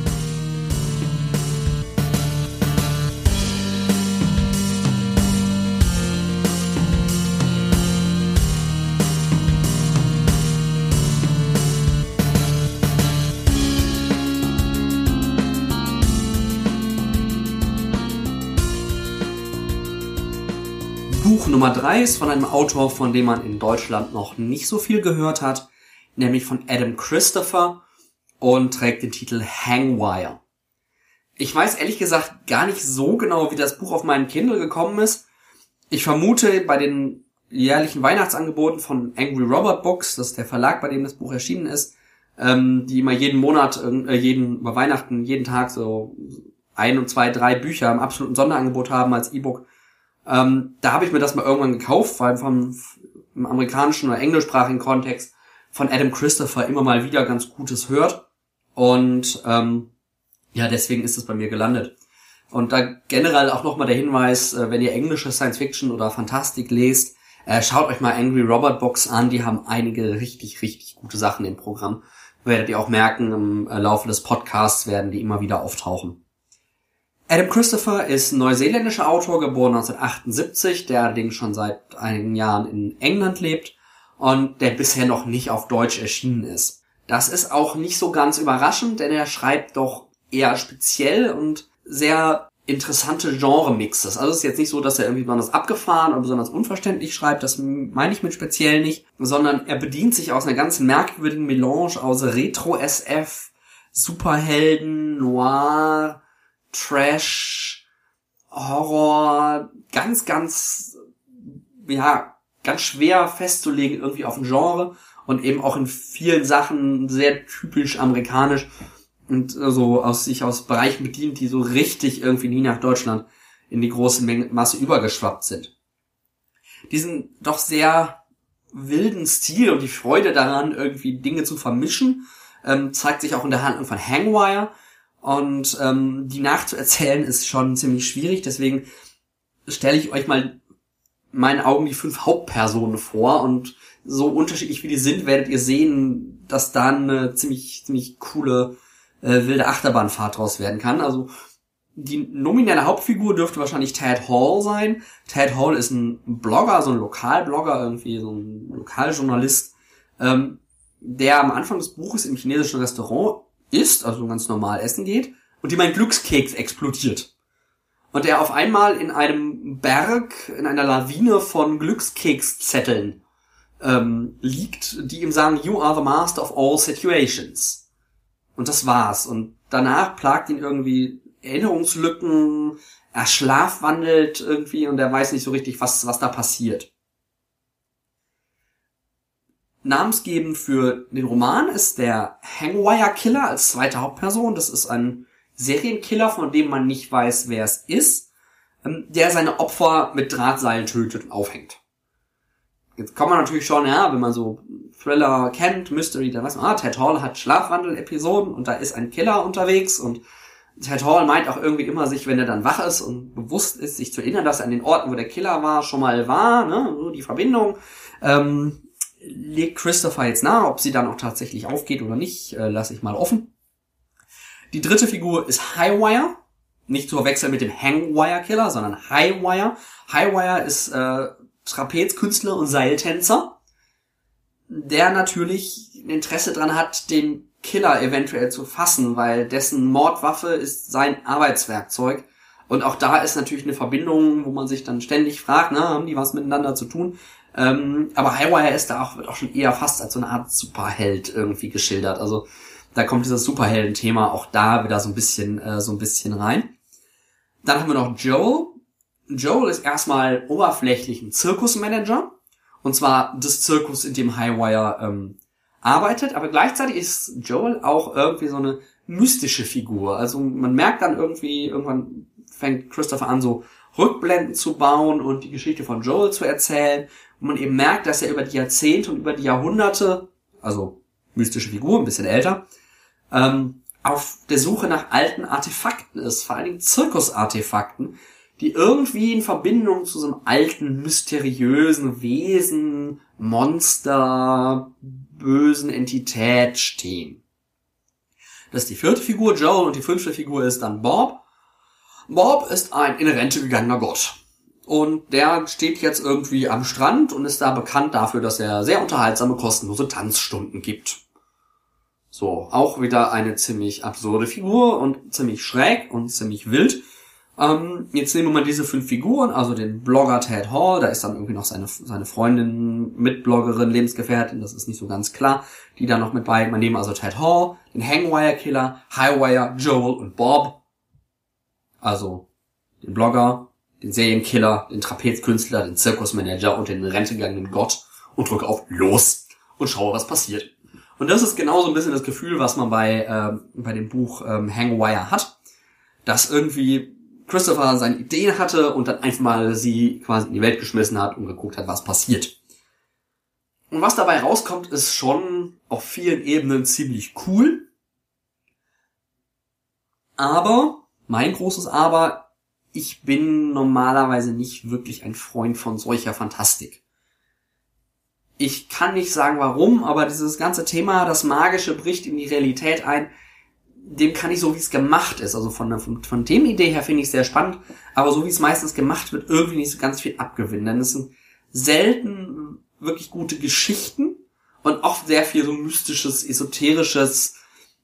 Buch Nummer drei ist von einem Autor, von dem man in Deutschland noch nicht so viel gehört hat, nämlich von Adam Christopher und trägt den Titel Hangwire. Ich weiß ehrlich gesagt gar nicht so genau, wie das Buch auf meinen Kindle gekommen ist. Ich vermute bei den jährlichen Weihnachtsangeboten von Angry Robot Books, das ist der Verlag, bei dem das Buch erschienen ist, ähm, die immer jeden Monat, äh, jeden über Weihnachten, jeden Tag so ein und zwei, drei Bücher im absoluten Sonderangebot haben als E-Book. Ähm, da habe ich mir das mal irgendwann gekauft, weil vom im amerikanischen oder englischsprachigen Kontext von Adam Christopher immer mal wieder ganz Gutes hört. Und ähm, ja, deswegen ist es bei mir gelandet. Und da generell auch nochmal der Hinweis, äh, wenn ihr englische Science-Fiction oder Fantastik lest, äh, schaut euch mal Angry Robot Books an, die haben einige richtig, richtig gute Sachen im Programm. Werdet ihr auch merken, im äh, Laufe des Podcasts werden die immer wieder auftauchen. Adam Christopher ist ein neuseeländischer Autor, geboren neunzehnhundertachtundsiebzig, der allerdings schon seit einigen Jahren in England lebt und der bisher noch nicht auf Deutsch erschienen ist. Das ist auch nicht so ganz überraschend, denn er schreibt doch eher speziell und sehr interessante Genre-Mixes. Also es ist jetzt nicht so, dass er irgendwie besonders abgefahren oder besonders unverständlich schreibt, das meine ich mit speziell nicht, sondern er bedient sich aus einer ganz merkwürdigen Melange aus Retro-S F, Superhelden, Noir, Trash, Horror, ganz, ganz, ja, ganz schwer festzulegen irgendwie auf ein Genre und eben auch in vielen Sachen sehr typisch amerikanisch und so aus sich aus Bereichen bedient, die so richtig irgendwie nie nach Deutschland in die große Menge, Masse übergeschwappt sind. Diesen doch sehr wilden Stil und die Freude daran, irgendwie Dinge zu vermischen, ähm, zeigt sich auch in der Handlung von Hangwire. Und ähm, die nachzuerzählen ist schon ziemlich schwierig, deswegen stelle ich euch mal in meinen Augen die fünf Hauptpersonen vor und so unterschiedlich wie die sind, werdet ihr sehen, dass da eine ziemlich ziemlich coole äh, wilde Achterbahnfahrt draus werden kann. Also die nominelle Hauptfigur dürfte wahrscheinlich Ted Hall sein. Ted Hall ist ein Blogger, so ein Lokalblogger, irgendwie so ein Lokaljournalist, ähm, der am Anfang des Buches im chinesischen Restaurant isst, also ganz normal essen geht, und ihm ein Glückskeks explodiert. Und er auf einmal in einem Berg, in einer Lawine von Glückskekszetteln ähm, liegt, die ihm sagen, you are the master of all situations. Und das war's. Und danach plagt ihn irgendwie Erinnerungslücken, er schlafwandelt irgendwie und er weiß nicht so richtig, was, was da passiert. Namensgebend für den Roman ist der Hangwire Killer als zweite Hauptperson. Das ist ein Serienkiller, von dem man nicht weiß, wer es ist, der seine Opfer mit Drahtseilen tötet und aufhängt. Jetzt kann man natürlich schon, ja, wenn man so Thriller kennt, Mystery, dann weiß man, ah, Ted Hall hat Schlafwandel-Episoden und da ist ein Killer unterwegs und Ted Hall meint auch irgendwie immer, sich, wenn er dann wach ist und bewusst ist, sich zu erinnern, dass er an den Orten, wo der Killer war, schon mal war, ne, so die Verbindung. Ähm, legt Christopher jetzt nahe, ob sie dann auch tatsächlich aufgeht oder nicht, äh, lasse ich mal offen. Die dritte Figur ist Highwire, nicht zu verwechseln mit dem Hangwire-Killer, sondern Highwire. Highwire ist äh, Trapezkünstler und Seiltänzer, der natürlich ein Interesse dran hat, den Killer eventuell zu fassen, weil dessen Mordwaffe ist sein Arbeitswerkzeug. Und auch da ist natürlich eine Verbindung, wo man sich dann ständig fragt, na, haben die was miteinander zu tun? Ähm, aber Highwire ist da auch, wird auch schon eher fast als so eine Art Superheld irgendwie geschildert. Also da kommt dieses Superhelden-Thema auch da wieder so ein bisschen, äh, so ein bisschen rein. Dann haben wir noch Joel. Joel ist erstmal oberflächlich ein Zirkusmanager. Und zwar des Zirkus, in dem Highwire ähm, arbeitet, aber gleichzeitig ist Joel auch irgendwie so eine mystische Figur. Also man merkt dann irgendwie, irgendwann fängt Christopher an, so Rückblenden zu bauen und die Geschichte von Joel zu erzählen. Und man eben merkt, dass er über die Jahrzehnte und über die Jahrhunderte, also mystische Figur, ein bisschen älter, ähm, auf der Suche nach alten Artefakten ist, vor allen Dingen Zirkusartefakten, die irgendwie in Verbindung zu so einem alten, mysteriösen Wesen, Monster, bösen Entität stehen. Das ist die vierte Figur, Joel, und die fünfte Figur ist dann Bob. Bob ist ein in Rente gegangener Gott. Und der steht jetzt irgendwie am Strand und ist da bekannt dafür, dass er sehr unterhaltsame, kostenlose Tanzstunden gibt. So, auch wieder eine ziemlich absurde Figur und ziemlich schräg und ziemlich wild. Ähm, jetzt nehmen wir mal diese fünf Figuren, also den Blogger Ted Hall, da ist dann irgendwie noch seine seine Freundin, Mitbloggerin, Lebensgefährtin, das ist nicht so ganz klar, die da noch mit bei. Man nehmen also Ted Hall, den Hangwire-Killer, Highwire, Joel und Bob. Also den Blogger, den Serienkiller, den Trapezkünstler, den Zirkusmanager und den in Rente gegangenen Gott und drücke auf Los und schaue, was passiert. Und das ist genau so ein bisschen das Gefühl, was man bei ähm, bei dem Buch ähm, Hangwire hat, dass irgendwie Christopher seine Ideen hatte und dann einfach mal sie quasi in die Welt geschmissen hat und geguckt hat, was passiert. Und was dabei rauskommt, ist schon auf vielen Ebenen ziemlich cool. Aber, mein großes Aber, ich bin normalerweise nicht wirklich ein Freund von solcher Fantastik. Ich kann nicht sagen warum, aber dieses ganze Thema, das Magische bricht in die Realität ein, dem kann ich so, wie es gemacht ist, also von, von, von Themenidee her finde ich es sehr spannend, aber so wie es meistens gemacht wird, irgendwie nicht so ganz viel abgewinnen. Denn es sind selten wirklich gute Geschichten und oft sehr viel so mystisches, esoterisches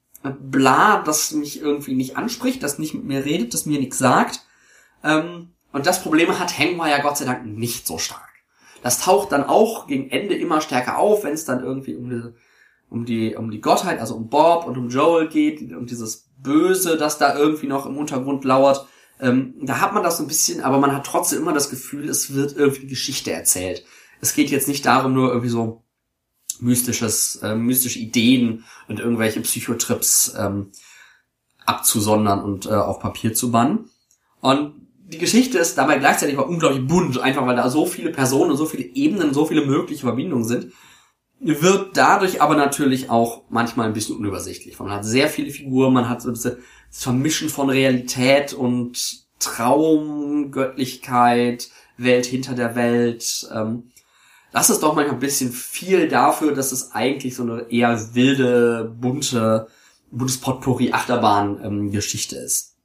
Bla, das mich irgendwie nicht anspricht, das nicht mit mir redet, das mir nichts sagt. Und das Problem hat Hangwire Gott sei Dank nicht so stark. Das taucht dann auch gegen Ende immer stärker auf, wenn es dann irgendwie um diese um die um die Gottheit, also um Bob und um Joel geht, um dieses Böse, das da irgendwie noch im Untergrund lauert. Ähm, da hat man das so ein bisschen, aber man hat trotzdem immer das Gefühl, es wird irgendwie Geschichte erzählt. Es geht jetzt nicht darum, nur irgendwie so mystisches, äh, mystische Ideen und irgendwelche Psychotrips ähm, abzusondern und äh, auf Papier zu bannen. Und die Geschichte ist dabei gleichzeitig aber unglaublich bunt, einfach weil da so viele Personen und so viele Ebenen, so viele mögliche Verbindungen sind. Wird dadurch aber natürlich auch manchmal ein bisschen unübersichtlich. Man hat sehr viele Figuren, man hat so diese, das Vermischen von Realität und Traum, Göttlichkeit, Welt hinter der Welt. Das ist doch manchmal ein bisschen viel dafür, dass es eigentlich so eine eher wilde, bunte, buntes Potpourri-Achterbahn-Geschichte ist.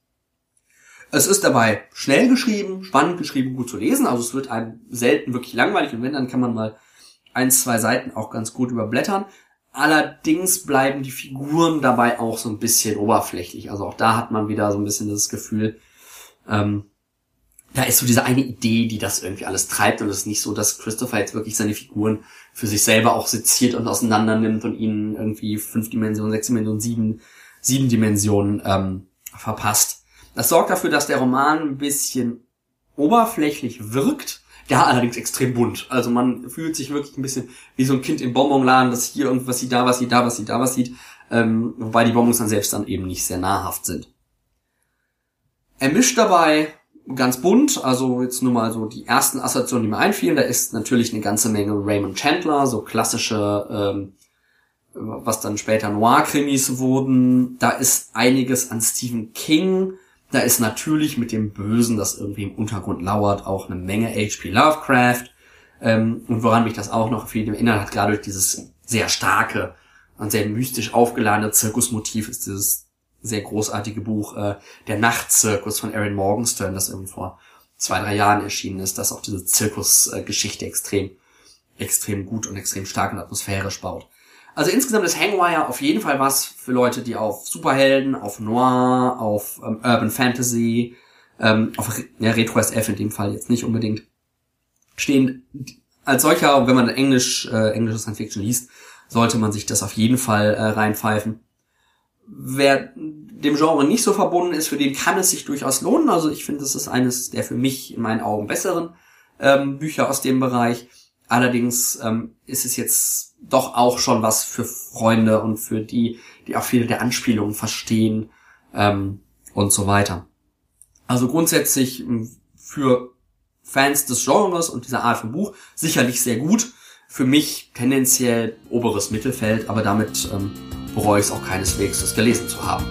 Es ist dabei schnell geschrieben, spannend geschrieben, gut zu lesen. Also es wird einem selten wirklich langweilig und wenn, dann kann man mal ein, zwei Seiten auch ganz gut überblättern. Allerdings bleiben die Figuren dabei auch so ein bisschen oberflächlich. Also auch da hat man wieder so ein bisschen das Gefühl, ähm, da ist so diese eine Idee, die das irgendwie alles treibt. Und es ist nicht so, dass Christopher jetzt wirklich seine Figuren für sich selber auch seziert und auseinander nimmt und ihnen irgendwie fünf Dimensionen, sechs Dimensionen, sieben, sieben Dimensionen ähm, verpasst. Das sorgt dafür, dass der Roman ein bisschen oberflächlich wirkt, ja, allerdings extrem bunt. Also man fühlt sich wirklich ein bisschen wie so ein Kind im Bonbonladen, das hier irgendwas sieht, da was sieht, da was sieht, da was sieht, ähm, wobei die Bonbons dann selbst dann eben nicht sehr nahrhaft sind. Er mischt dabei ganz bunt, also jetzt nur mal so die ersten Assoziationen, die mir einfielen. Da ist natürlich eine ganze Menge Raymond Chandler, so klassische ähm, was dann später Noir-Krimis wurden. Da ist einiges an Stephen King. Da ist natürlich mit dem Bösen, das irgendwie im Untergrund lauert, auch eine Menge H P Lovecraft. Ähm, und woran mich das auch noch viel erinnert hat, gerade durch dieses sehr starke und sehr mystisch aufgeladene Zirkusmotiv, ist dieses sehr großartige Buch äh, Der Nachtzirkus von Erin Morgenstern, das irgendwie vor zwei, drei Jahren erschienen ist, das auch diese Zirkusgeschichte äh, extrem, extrem gut und extrem stark und atmosphärisch baut. Also insgesamt ist Hangwire auf jeden Fall was für Leute, die auf Superhelden, auf Noir, auf ähm, Urban Fantasy, ähm, auf ja, Retro S F in dem Fall jetzt nicht unbedingt stehen. Als solcher, wenn man Englisch, äh, englische Science Fiction liest, sollte man sich das auf jeden Fall äh, reinpfeifen. Wer dem Genre nicht so verbunden ist, für den kann es sich durchaus lohnen. Also ich finde, das ist eines der für mich in meinen Augen besseren ähm, Bücher aus dem Bereich. Allerdings ähm, ist es jetzt doch auch schon was für Freunde und für die, die auch viele der Anspielungen verstehen ähm, und so weiter. Also grundsätzlich für Fans des Genres und dieser Art von Buch sicherlich sehr gut. Für mich tendenziell oberes Mittelfeld, aber damit ähm, bereue ich es auch keineswegs, das gelesen zu haben.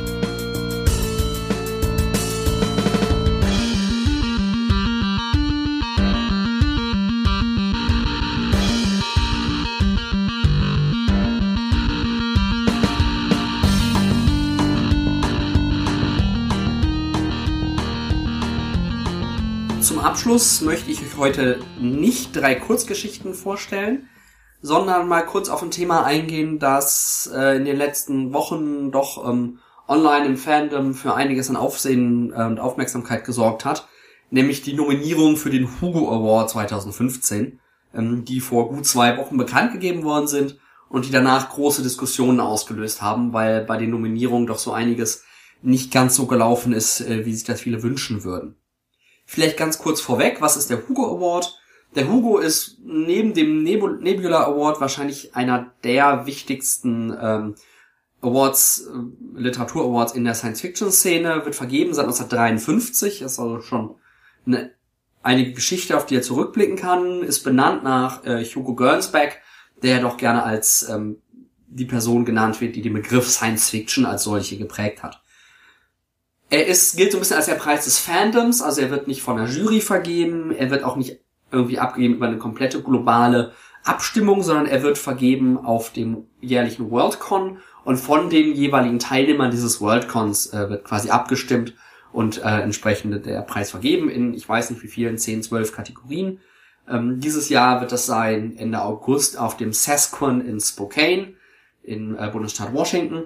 Zum Abschluss möchte ich euch heute nicht drei Kurzgeschichten vorstellen, sondern mal kurz auf ein Thema eingehen, das äh, in den letzten Wochen doch ähm, online im Fandom für einiges an Aufsehen äh, und Aufmerksamkeit gesorgt hat, nämlich die Nominierung für den Hugo Award zwanzig fünfzehn, ähm, die vor gut zwei Wochen bekannt gegeben worden sind und die danach große Diskussionen ausgelöst haben, weil bei den Nominierungen doch so einiges nicht ganz so gelaufen ist, äh, wie sich das viele wünschen würden. Vielleicht ganz kurz vorweg, was ist der Hugo Award? Der Hugo ist neben dem Nebula Award wahrscheinlich einer der wichtigsten ähm, Awards, äh, Literatur-Awards in der Science-Fiction-Szene, wird vergeben seit neunzehnhundertdreiundfünfzig, das ist also schon eine einige Geschichte, auf die er zurückblicken kann, ist benannt nach äh, Hugo Gernsback, der doch gerne als ähm, die Person genannt wird, die den Begriff Science-Fiction als solche geprägt hat. Er ist, gilt so ein bisschen als der Preis des Fandoms, also er wird nicht von der Jury vergeben, er wird auch nicht irgendwie abgegeben über eine komplette globale Abstimmung, sondern er wird vergeben auf dem jährlichen Worldcon und von den jeweiligen Teilnehmern dieses Worldcons äh, wird quasi abgestimmt und äh, entsprechend der Preis vergeben in, ich weiß nicht wie vielen, zehn, zwölf Kategorien. Ähm, dieses Jahr wird das sein Ende August auf dem SASCon in Spokane im äh, Bundesstaat Washington.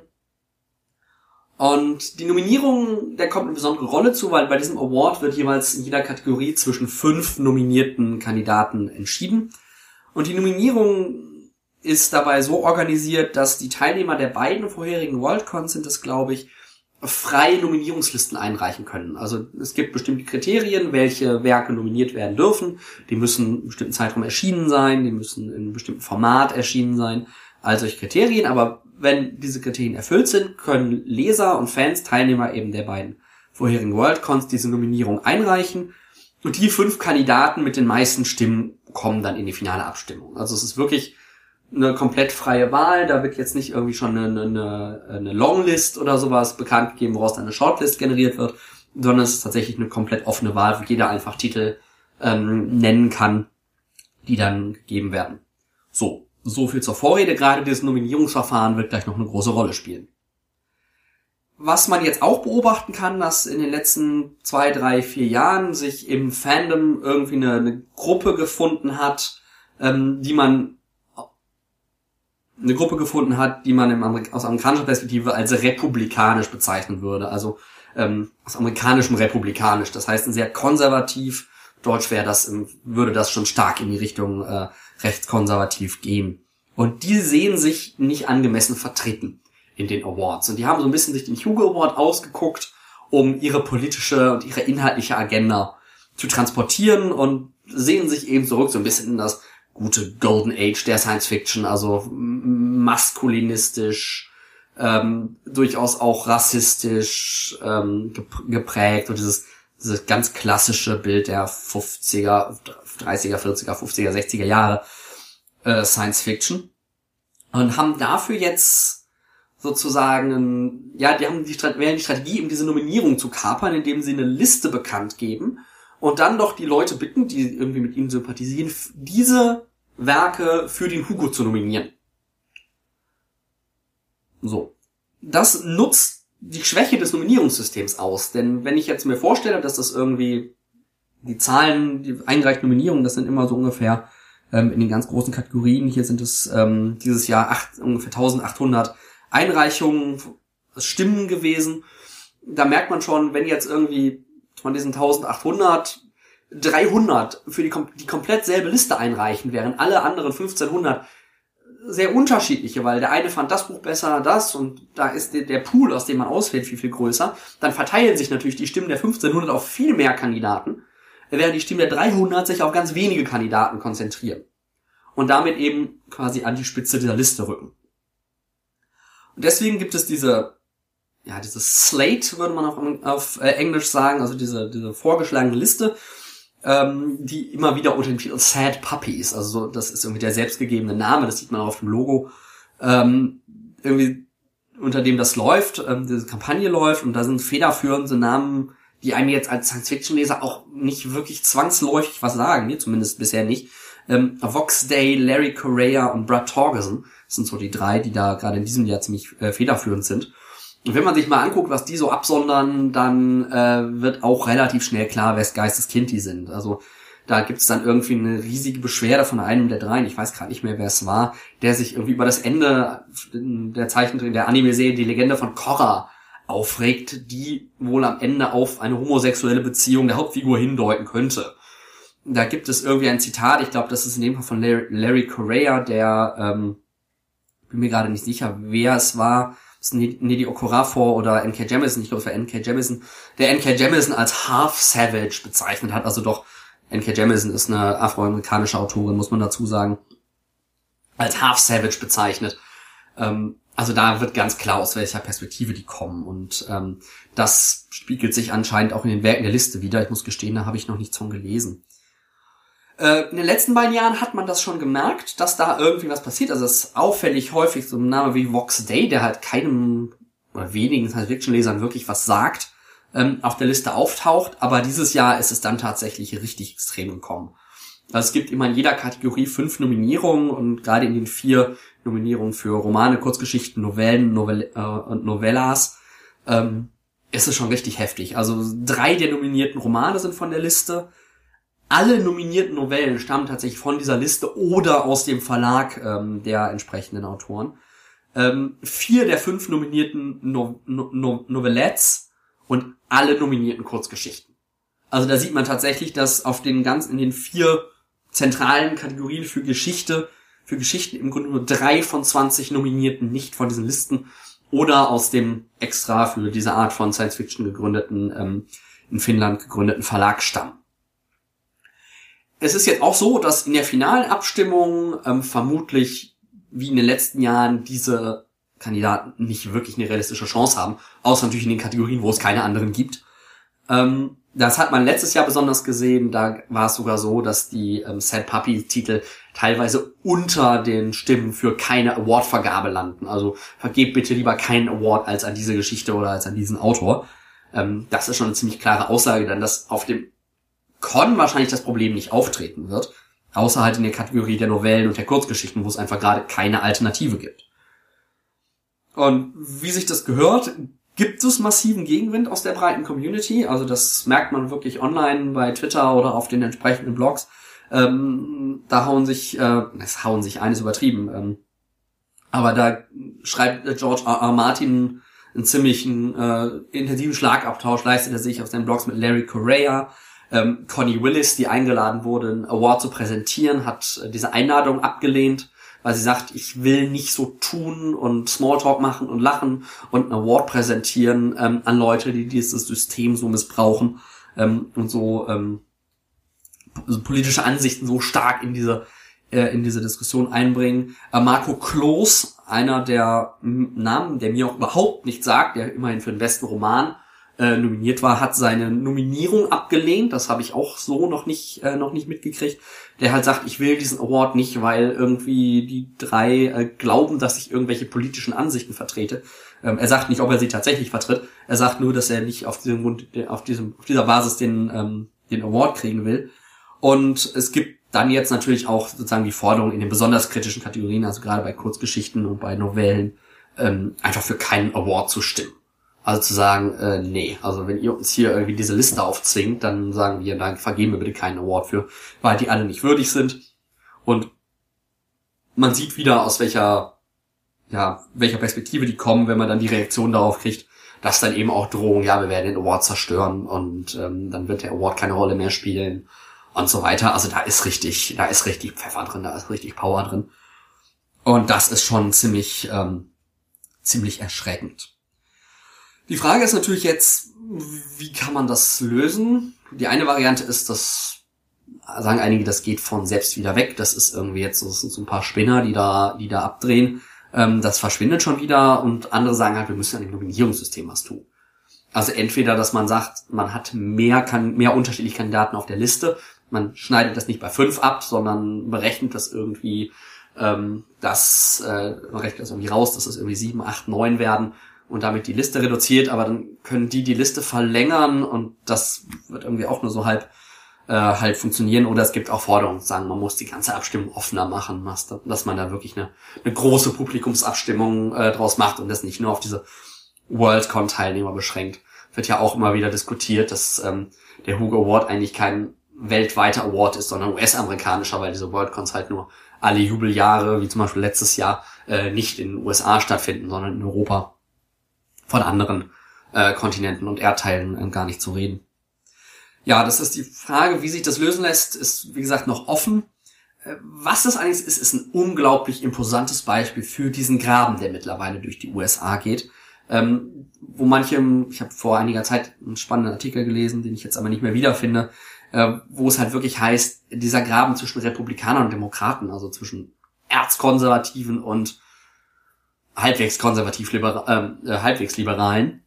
Und die Nominierung, der kommt eine besondere Rolle zu, weil bei diesem Award wird jeweils in jeder Kategorie zwischen fünf nominierten Kandidaten entschieden. Und die Nominierung ist dabei so organisiert, dass die Teilnehmer der beiden vorherigen Worldcons sind es, glaube ich, freie Nominierungslisten einreichen können. Also es gibt bestimmte Kriterien, welche Werke nominiert werden dürfen. Die müssen in einem bestimmten Zeitraum erschienen sein, die müssen in einem bestimmten Format erschienen sein. All solche Kriterien, aber wenn diese Kriterien erfüllt sind, können Leser und Fans, Teilnehmer eben der beiden vorherigen Worldcons, diese Nominierung einreichen. Und die fünf Kandidaten mit den meisten Stimmen kommen dann in die finale Abstimmung. Also es ist wirklich eine komplett freie Wahl. Da wird jetzt nicht irgendwie schon eine, eine, eine Longlist oder sowas bekannt gegeben, woraus dann eine Shortlist generiert wird, sondern es ist tatsächlich eine komplett offene Wahl, wo jeder einfach Titel ähm, nennen kann, die dann gegeben werden. So. So viel zur Vorrede. Gerade dieses Nominierungsverfahren wird gleich noch eine große Rolle spielen. Was man jetzt auch beobachten kann, dass in den letzten zwei, drei, vier Jahren sich im Fandom irgendwie eine, eine Gruppe gefunden hat, ähm, die man eine Gruppe gefunden hat, die man im Amerik- aus amerikanischer Perspektive als republikanisch bezeichnen würde. Also ähm, aus amerikanischem republikanisch. Das heißt, ein sehr konservativ. Deutsch wäre das, würde das schon stark in die Richtung äh, rechtskonservativ gehen. Und die sehen sich nicht angemessen vertreten in den Awards. Und die haben so ein bisschen sich den Hugo Award ausgeguckt, um ihre politische und ihre inhaltliche Agenda zu transportieren und sehen sich eben zurück so ein bisschen in das gute Golden Age der Science Fiction, also maskulinistisch, ähm, durchaus auch rassistisch ähm, geprägt und dieses dieses ganz klassische Bild der fünfziger, dreißiger, vierziger, fünfziger, sechziger Jahre äh, Science Fiction. Und haben dafür jetzt sozusagen, ja, die haben die, wählen die Strategie, eben diese Nominierung zu kapern, indem sie eine Liste bekannt geben und dann doch die Leute bitten, die irgendwie mit ihnen sympathisieren, diese Werke für den Hugo zu nominieren. So. Das nutzt die Schwäche des Nominierungssystems aus, denn wenn ich jetzt mir vorstelle, dass das irgendwie die Zahlen, die eingereichten Nominierungen, das sind immer so ungefähr ähm, in den ganz großen Kategorien, hier sind es ähm, dieses Jahr acht, ungefähr eintausendachthundert Einreichungen, Stimmen gewesen. Da merkt man schon, wenn jetzt irgendwie von diesen eintausendachthundert dreihundert für die, die komplett selbe Liste einreichen, während alle anderen fünfzehnhundert sehr unterschiedliche, weil der eine fand das Buch besser, das, und da ist der, der Pool, aus dem man auswählt, viel, viel größer. Dann verteilen sich natürlich die Stimmen der fünfzehnhundert auf viel mehr Kandidaten, während die Stimmen der dreihundert sich auf ganz wenige Kandidaten konzentrieren. Und damit eben quasi an die Spitze dieser Liste rücken. Und deswegen gibt es diese, ja, diese Slate, würde man auf, auf äh, Englisch sagen, also diese, diese vorgeschlagene Liste, ähm, die immer wieder unter dem Titel Sad Puppies, also so, das ist irgendwie der selbstgegebene Name, das sieht man auch auf dem Logo, ähm, irgendwie unter dem das läuft, ähm, diese Kampagne läuft, und da sind federführende Namen, die einem jetzt als Science-Fiction-Leser auch nicht wirklich zwangsläufig was sagen, mir zumindest bisher nicht. Ähm, Vox Day, Larry Correia und Brad Torgerson, das sind so die drei, die da gerade in diesem Jahr ziemlich äh, federführend sind. Und wenn man sich mal anguckt, was die so absondern, dann äh, wird auch relativ schnell klar, wes Geistes Kind die sind. Also da gibt's dann irgendwie eine riesige Beschwerde von einem der dreien, ich weiß gerade nicht mehr, wer es war, der sich irgendwie über das Ende der Zeichentrick, der Anime-Serie Die Legende von Korra aufregt, die wohl am Ende auf eine homosexuelle Beziehung der Hauptfigur hindeuten könnte. Da gibt es irgendwie ein Zitat, ich glaube, das ist in dem Fall von Larry, Larry Correia, der, ähm, bin mir gerade nicht sicher, wer es war, ist Nnedi Okorafor oder N K Jemisin, ich glaube, es war N K Jemisin, der N K Jemisin als Half-Savage bezeichnet hat, also doch, N K Jemisin ist eine afroamerikanische Autorin, muss man dazu sagen, als Half-Savage bezeichnet. Ähm, also da wird ganz klar, aus welcher Perspektive die kommen, und ähm, das spiegelt sich anscheinend auch in den Werken der Liste wieder. Ich muss gestehen, da habe ich noch nichts von gelesen. Äh, in den letzten beiden Jahren hat man das schon gemerkt, dass da irgendwie was passiert. Also es ist auffällig häufig so ein Name wie Vox Day, der halt keinem oder wenigen Science-Fiction-Lesern wirklich was sagt, ähm, auf der Liste auftaucht. Aber dieses Jahr ist es dann tatsächlich richtig extrem gekommen. Also es gibt immer in jeder Kategorie fünf Nominierungen, und gerade in den vier Nominierungen für Romane, Kurzgeschichten, Novellen Novell äh, und Novellas ähm, ist es schon richtig heftig. Also drei der nominierten Romane sind von der Liste. Alle nominierten Novellen stammen tatsächlich von dieser Liste oder aus dem Verlag ähm, der entsprechenden Autoren. Ähm, vier der fünf nominierten no- no- no- Novelettes und alle nominierten Kurzgeschichten. Also da sieht man tatsächlich, dass auf den ganz in den vier zentralen Kategorien für Geschichte, für Geschichten im Grunde nur drei von zwanzig Nominierten nicht von diesen Listen oder aus dem extra für diese Art von Science-Fiction gegründeten, ähm, in Finnland gegründeten Verlag stammen. Es ist jetzt auch so, dass in der finalen Abstimmung ähm, vermutlich, wie in den letzten Jahren, diese Kandidaten nicht wirklich eine realistische Chance haben, außer natürlich in den Kategorien, wo es keine anderen gibt. Ähm, das hat man letztes Jahr besonders gesehen, da war es sogar so, dass die ähm, Sad Puppy-Titel teilweise unter den Stimmen für keine Award-Vergabe landen. Also vergebt bitte lieber keinen Award als an diese Geschichte oder als an diesen Autor. Ähm, das ist schon eine ziemlich klare Aussage, denn dass auf dem Con wahrscheinlich das Problem nicht auftreten wird, außer halt in der Kategorie der Novellen und der Kurzgeschichten, wo es einfach gerade keine Alternative gibt. Und wie sich das gehört, gibt es massiven Gegenwind aus der breiten Community, also das merkt man wirklich online bei Twitter oder auf den entsprechenden Blogs. Ähm, da hauen sich, äh, es hauen sich eines übertrieben, ähm, aber da schreibt George R. R. Martin einen ziemlichen äh, intensiven Schlagabtausch, leistet er sich auf seinen Blogs mit Larry Correia. Ähm, Connie Willis, die eingeladen wurde, einen Award zu präsentieren, hat äh, diese Einladung abgelehnt, weil sie sagt, ich will nicht so tun und Smalltalk machen und lachen und einen Award präsentieren ähm, an Leute, die dieses System so missbrauchen ähm, und so, ähm, so politische Ansichten so stark in diese äh, in diese Diskussion einbringen. Äh, Marco Kloos, einer der m- Namen, der mir auch überhaupt nichts sagt, der immerhin für den besten Roman äh, nominiert war, hat seine Nominierung abgelehnt. Das habe ich auch so noch nicht äh, noch nicht mitgekriegt. Der halt sagt, ich will diesen Award nicht, weil irgendwie die drei äh, glauben, dass ich irgendwelche politischen Ansichten vertrete. Ähm, er sagt nicht, ob er sie tatsächlich vertritt. Er sagt nur, dass er nicht auf diesem Grund, auf diesem auf dieser Basis den ähm, den Award kriegen will. Und es gibt dann jetzt natürlich auch sozusagen die Forderung in den besonders kritischen Kategorien, also gerade bei Kurzgeschichten und bei Novellen, ähm, einfach für keinen Award zu stimmen. Also zu sagen, äh, nee, also wenn ihr uns hier irgendwie diese Liste aufzwingt, dann sagen wir, dann vergeben wir bitte keinen Award für, weil die alle nicht würdig sind. Und man sieht wieder, aus welcher, ja, welcher Perspektive die kommen, wenn man dann die Reaktion darauf kriegt, dass dann eben auch Drohungen, ja, wir werden den Award zerstören und ähm, dann wird der Award keine Rolle mehr spielen und so weiter. Also da ist richtig, da ist richtig Pfeffer drin, da ist richtig Power drin. Und das ist schon ziemlich, ähm, ziemlich erschreckend. Die Frage ist natürlich jetzt, wie kann man das lösen? Die eine Variante ist, dass, sagen einige, das geht von selbst wieder weg. Das ist irgendwie jetzt so, das sind so ein paar Spinner, die da, die da abdrehen. Ähm, das verschwindet schon wieder. Und andere sagen halt, wir müssen an dem Nominierungssystem was tun. Also entweder, dass man sagt, man hat mehr, kann, mehr unterschiedliche Kandidaten auf der Liste. Man schneidet das nicht bei fünf ab, sondern berechnet das irgendwie, ähm, dass, äh, man rechnet das irgendwie raus, dass es irgendwie sieben, acht, neun werden. Und damit die Liste reduziert, aber dann können die die Liste verlängern und das wird irgendwie auch nur so halb äh, halt funktionieren. Oder es gibt auch Forderungen, sagen, man muss die ganze Abstimmung offener machen, dass man da wirklich eine, eine große Publikumsabstimmung äh, draus macht und das nicht nur auf diese Worldcon-Teilnehmer beschränkt. Wird ja auch immer wieder diskutiert, dass ähm, der Hugo Award eigentlich kein weltweiter Award ist, sondern U S-amerikanischer, weil diese Worldcons halt nur alle Jubeljahre, wie zum Beispiel letztes Jahr, äh, nicht in den U S A stattfinden, sondern in Europa. Von anderen äh, Kontinenten und Erdteilen äh, gar nicht zu reden. Ja, das ist die Frage, wie sich das lösen lässt, ist wie gesagt noch offen. Äh, was das eigentlich ist, ist ein unglaublich imposantes Beispiel für diesen Graben, der mittlerweile durch die U S A geht. Ähm, wo manche, ich habe vor einiger Zeit einen spannenden Artikel gelesen, den ich jetzt aber nicht mehr wiederfinde, äh, wo es halt wirklich heißt, dieser Graben zwischen Republikanern und Demokraten, also zwischen Erzkonservativen und halbwegs konservativ libera- äh, halbwegs Liberalen,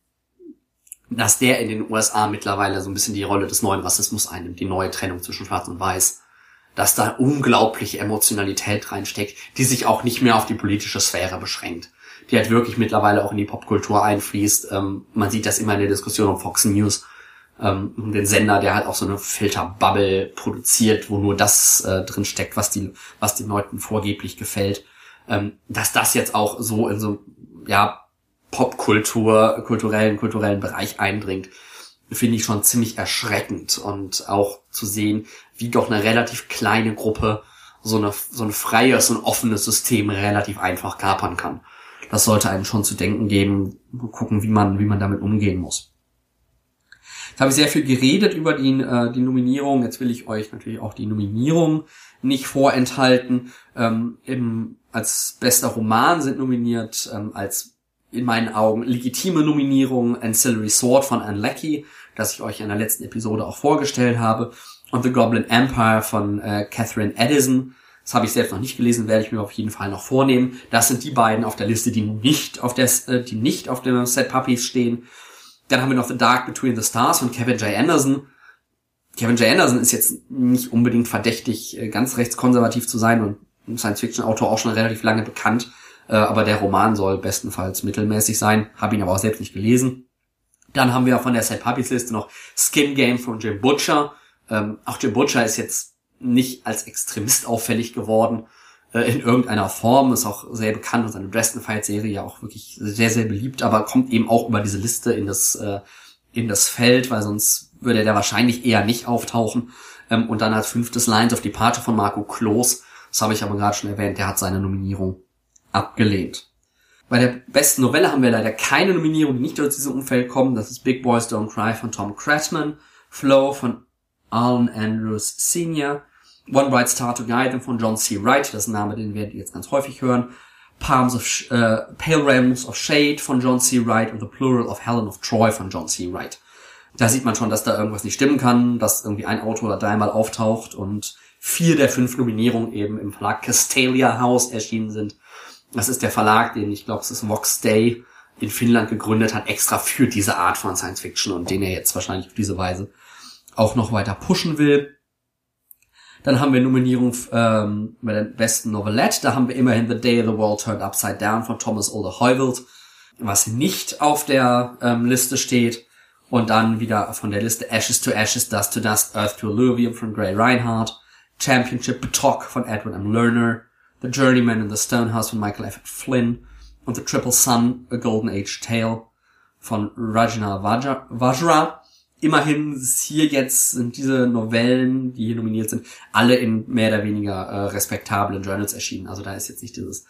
dass der in den U S A mittlerweile so ein bisschen die Rolle des neuen Rassismus einnimmt, die neue Trennung zwischen Schwarz und Weiß, dass da unglaubliche Emotionalität reinsteckt, die sich auch nicht mehr auf die politische Sphäre beschränkt, die halt wirklich mittlerweile auch in die Popkultur einfließt. Ähm, man sieht das immer in der Diskussion um Fox News, ähm, um den Sender, der halt auch so eine Filterbubble produziert, wo nur das äh, drin steckt, was die, was den Leuten vorgeblich gefällt. Dass das jetzt auch so in so, ja, Popkultur, kulturellen, kulturellen Bereich eindringt, finde ich schon ziemlich erschreckend. Und auch zu sehen, wie doch eine relativ kleine Gruppe so eine, so ein freies und offenes System relativ einfach kapern kann. Das sollte einem schon zu denken geben, gucken, wie man, wie man damit umgehen muss. Jetzt habe ich sehr viel geredet über die, äh, die Nominierung. Jetzt will ich euch natürlich auch die Nominierung nicht vorenthalten. Ähm, im, als bester Roman sind nominiert, ähm, als in meinen Augen legitime Nominierung Ancillary Sword von Anne Leckie, das ich euch in der letzten Episode auch vorgestellt habe, und The Goblin Empire von äh, Catherine Addison. Das habe ich selbst noch nicht gelesen, werde ich mir auf jeden Fall noch vornehmen. Das sind die beiden auf der Liste, die nicht auf der, äh, die nicht auf dem Set Puppies stehen. Dann haben wir noch The Dark Between the Stars von Kevin J. Anderson. Kevin J. Anderson ist jetzt nicht unbedingt verdächtig, ganz rechtskonservativ zu sein und ein Science-Fiction-Autor auch schon relativ lange bekannt. Aber der Roman soll bestenfalls mittelmäßig sein. Habe ihn aber auch selbst nicht gelesen. Dann haben wir von der Set Puppies Liste noch Skin Game von Jim Butcher. Auch Jim Butcher ist jetzt nicht als Extremist auffällig geworden in irgendeiner Form. Ist auch sehr bekannt und seine Dresden Files Serie ja auch wirklich sehr, sehr beliebt. Aber kommt eben auch über diese Liste in das in das Feld, weil sonst würde der wahrscheinlich eher nicht auftauchen. Ähm, und dann als fünftes Lines of Departure von Marco Kloß. Das habe ich aber gerade schon erwähnt, der hat seine Nominierung abgelehnt. Bei der besten Novelle haben wir leider keine Nominierung, die nicht aus diesem Umfeld kommen. Das ist Big Boys Don't Cry von Tom Cratman, Flow von Alan Andrews Senior, One Bright Star to Guide Them von John C. Wright, das ist ein Name, den werdet ihr jetzt ganz häufig hören, Palms of Sh- äh, Pale Realms of Shade von John C. Wright und The Plural of Helen of Troy von John C. Wright. Da sieht man schon, dass da irgendwas nicht stimmen kann, dass irgendwie ein Autor da dreimal auftaucht und vier der fünf Nominierungen eben im Verlag Castalia House erschienen sind. Das ist der Verlag, den ich glaube, es ist Vox Day, in Finnland gegründet hat, extra für diese Art von Science Fiction und den er jetzt wahrscheinlich auf diese Weise auch noch weiter pushen will. Dann haben wir Nominierung ähm, bei der besten Novelette. Da haben wir immerhin The Day the World Turned Upside Down von Thomas Alder-Heuveldt, was nicht auf der ähm, Liste steht. Und dann wieder von der Liste Ashes to Ashes, Dust to Dust, Earth to Illuvium von Gray Reinhardt, Championship Betok von Edward M. Lerner, The Journeyman in the Stonehouse von Michael F. Flynn und The Triple Sun, A Golden Age Tale von Rajna Vajra. Vajra. Immerhin ist hier jetzt sind diese Novellen, die hier nominiert sind, alle in mehr oder weniger äh, respektablen Journals erschienen. Also da ist jetzt nicht dieses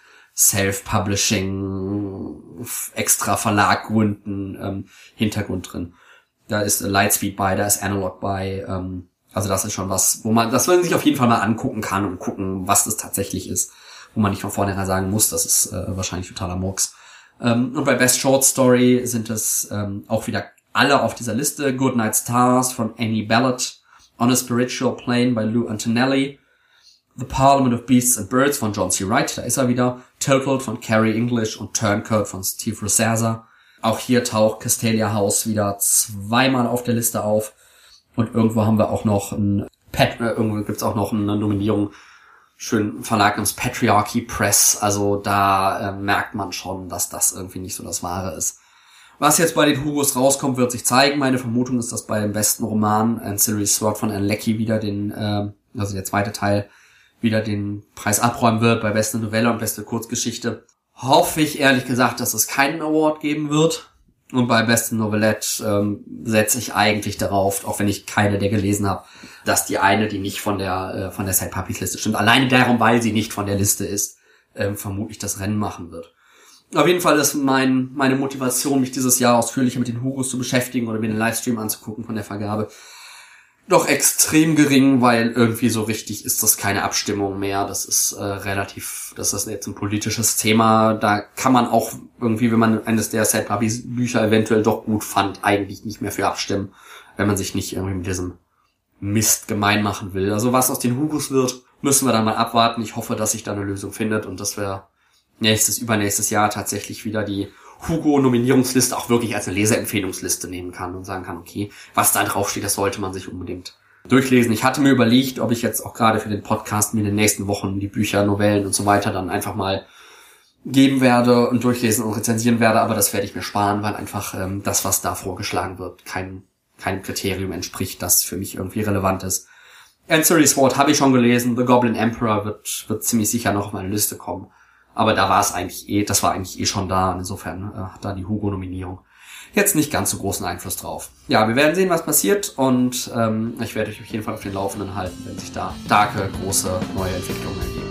Self-Publishing, extra Verlag gründen ähm, Hintergrund drin. Da ist Lightspeed bei, da ist Analog bei. Ähm, also das ist schon was, wo man, das man sich auf jeden Fall mal angucken kann und gucken, was das tatsächlich ist. Wo man nicht von vornherein sagen muss, das ist äh, wahrscheinlich totaler Murks. Ähm, und bei Best Short Story sind es ähm, auch wieder alle auf dieser Liste. Goodnight Stars von Annie Ballard, On a Spiritual Plane bei Lou Antonelli, The Parliament of Beasts and Birds von John C. Wright, da ist er wieder, Total von Carrie English und Turncoat von Steve Roserza. Auch hier taucht Castalia House wieder zweimal auf der Liste auf. Und irgendwo haben wir auch noch ein Pat, äh, irgendwo gibt's auch noch eine Nominierung, schön Verlag namens Patriarchy Press. Also da äh, merkt man schon, dass das irgendwie nicht so das Wahre ist. Was jetzt bei den Hugos rauskommt, wird sich zeigen. Meine Vermutung ist, dass bei dem besten Roman Ancillary Sword von Anne Leckie wieder den, äh, also der zweite Teil, wieder den Preis abräumen wird. Bei beste Novelle und beste Kurzgeschichte hoffe ich ehrlich gesagt, dass es keinen Award geben wird. Und bei besten Novelette ähm, setze ich eigentlich darauf, auch wenn ich keine der gelesen habe, dass die eine, die nicht von der äh, von der Sad Puppies Liste stimmt, alleine darum, weil sie nicht von der Liste ist, ähm, vermutlich das Rennen machen wird. Auf jeden Fall ist mein meine Motivation, mich dieses Jahr ausführlicher mit den Hugos zu beschäftigen oder mir den Livestream anzugucken von der Vergabe, doch extrem gering, weil irgendwie so richtig ist das keine Abstimmung mehr. Das ist äh, relativ, das ist jetzt ein politisches Thema. Da kann man auch irgendwie, wenn man eines der Sad Puppies Bücher eventuell doch gut fand, eigentlich nicht mehr für abstimmen, wenn man sich nicht irgendwie mit diesem Mist gemein machen will. Also was aus den Hugos wird, müssen wir dann mal abwarten. Ich hoffe, dass sich da eine Lösung findet und dass wir nächstes, übernächstes Jahr tatsächlich wieder die Hugo-Nominierungsliste auch wirklich als eine Leserempfehlungsliste nehmen kann und sagen kann, okay, was da drauf steht, das sollte man sich unbedingt durchlesen. Ich hatte mir überlegt, ob ich jetzt auch gerade für den Podcast mir in den nächsten Wochen die Bücher, Novellen und so weiter dann einfach mal geben werde und durchlesen und rezensieren werde, aber das werde ich mir sparen, weil einfach ähm, das, was da vorgeschlagen wird, kein, kein Kriterium entspricht, das für mich irgendwie relevant ist. Ancillary Sword habe ich schon gelesen, The Goblin Emperor wird, wird ziemlich sicher noch auf meine Liste kommen. Aber da war es eigentlich eh, das war eigentlich eh schon da. Insofern äh, hat da die Hugo-Nominierung jetzt nicht ganz so großen Einfluss drauf. Ja, wir werden sehen, was passiert und ähm, ich werde euch auf jeden Fall auf den Laufenden halten, wenn sich da starke, große, neue Entwicklungen ergeben.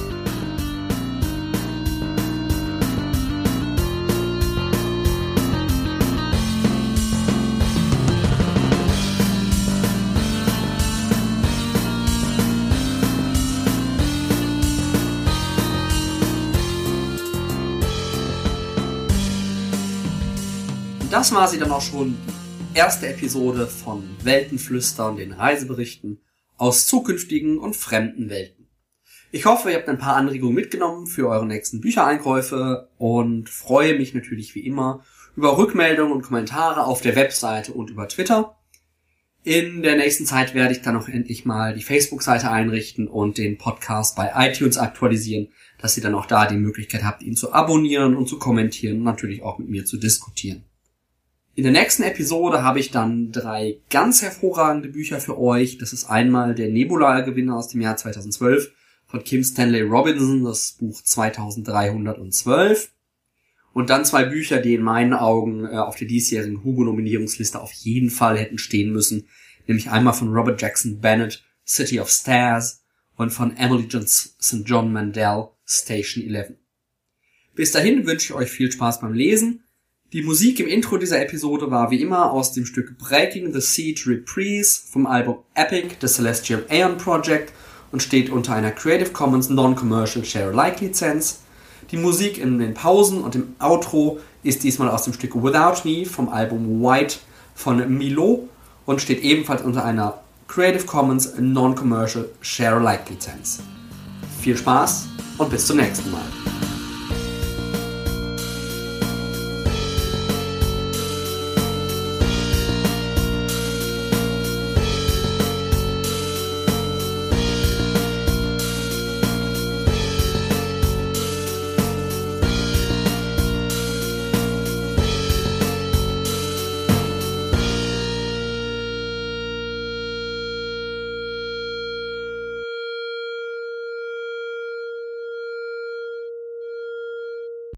Das war sie dann auch schon, die erste Episode von Weltenflüstern, den Reiseberichten aus zukünftigen und fremden Welten. Ich hoffe, ihr habt ein paar Anregungen mitgenommen für eure nächsten Büchereinkäufe und freue mich natürlich wie immer über Rückmeldungen und Kommentare auf der Webseite und über Twitter. In der nächsten Zeit werde ich dann auch endlich mal die Facebook-Seite einrichten und den Podcast bei iTunes aktualisieren, dass ihr dann auch da die Möglichkeit habt, ihn zu abonnieren und zu kommentieren und natürlich auch mit mir zu diskutieren. In der nächsten Episode habe ich dann drei ganz hervorragende Bücher für euch. Das ist einmal der Nebula-Gewinner aus dem Jahr zweitausendzwölf von Kim Stanley Robinson, das Buch zweitausenddreihundertzwölf. Und dann zwei Bücher, die in meinen Augen äh, auf der diesjährigen Hugo-Nominierungsliste auf jeden Fall hätten stehen müssen. Nämlich einmal von Robert Jackson Bennett, City of Stars, und von Emily Sankt John Mandel, Station elf. Bis dahin wünsche ich euch viel Spaß beim Lesen. Die Musik im Intro dieser Episode war wie immer aus dem Stück Breaking the Siege Reprise vom Album Epic, The Celestial Aeon Project und steht unter einer Creative Commons Non-Commercial Share-alike Lizenz. Die Musik in den Pausen und im Outro ist diesmal aus dem Stück Without Me vom Album White von Milo und steht ebenfalls unter einer Creative Commons Non-Commercial Share-alike Lizenz. Viel Spaß und bis zum nächsten Mal.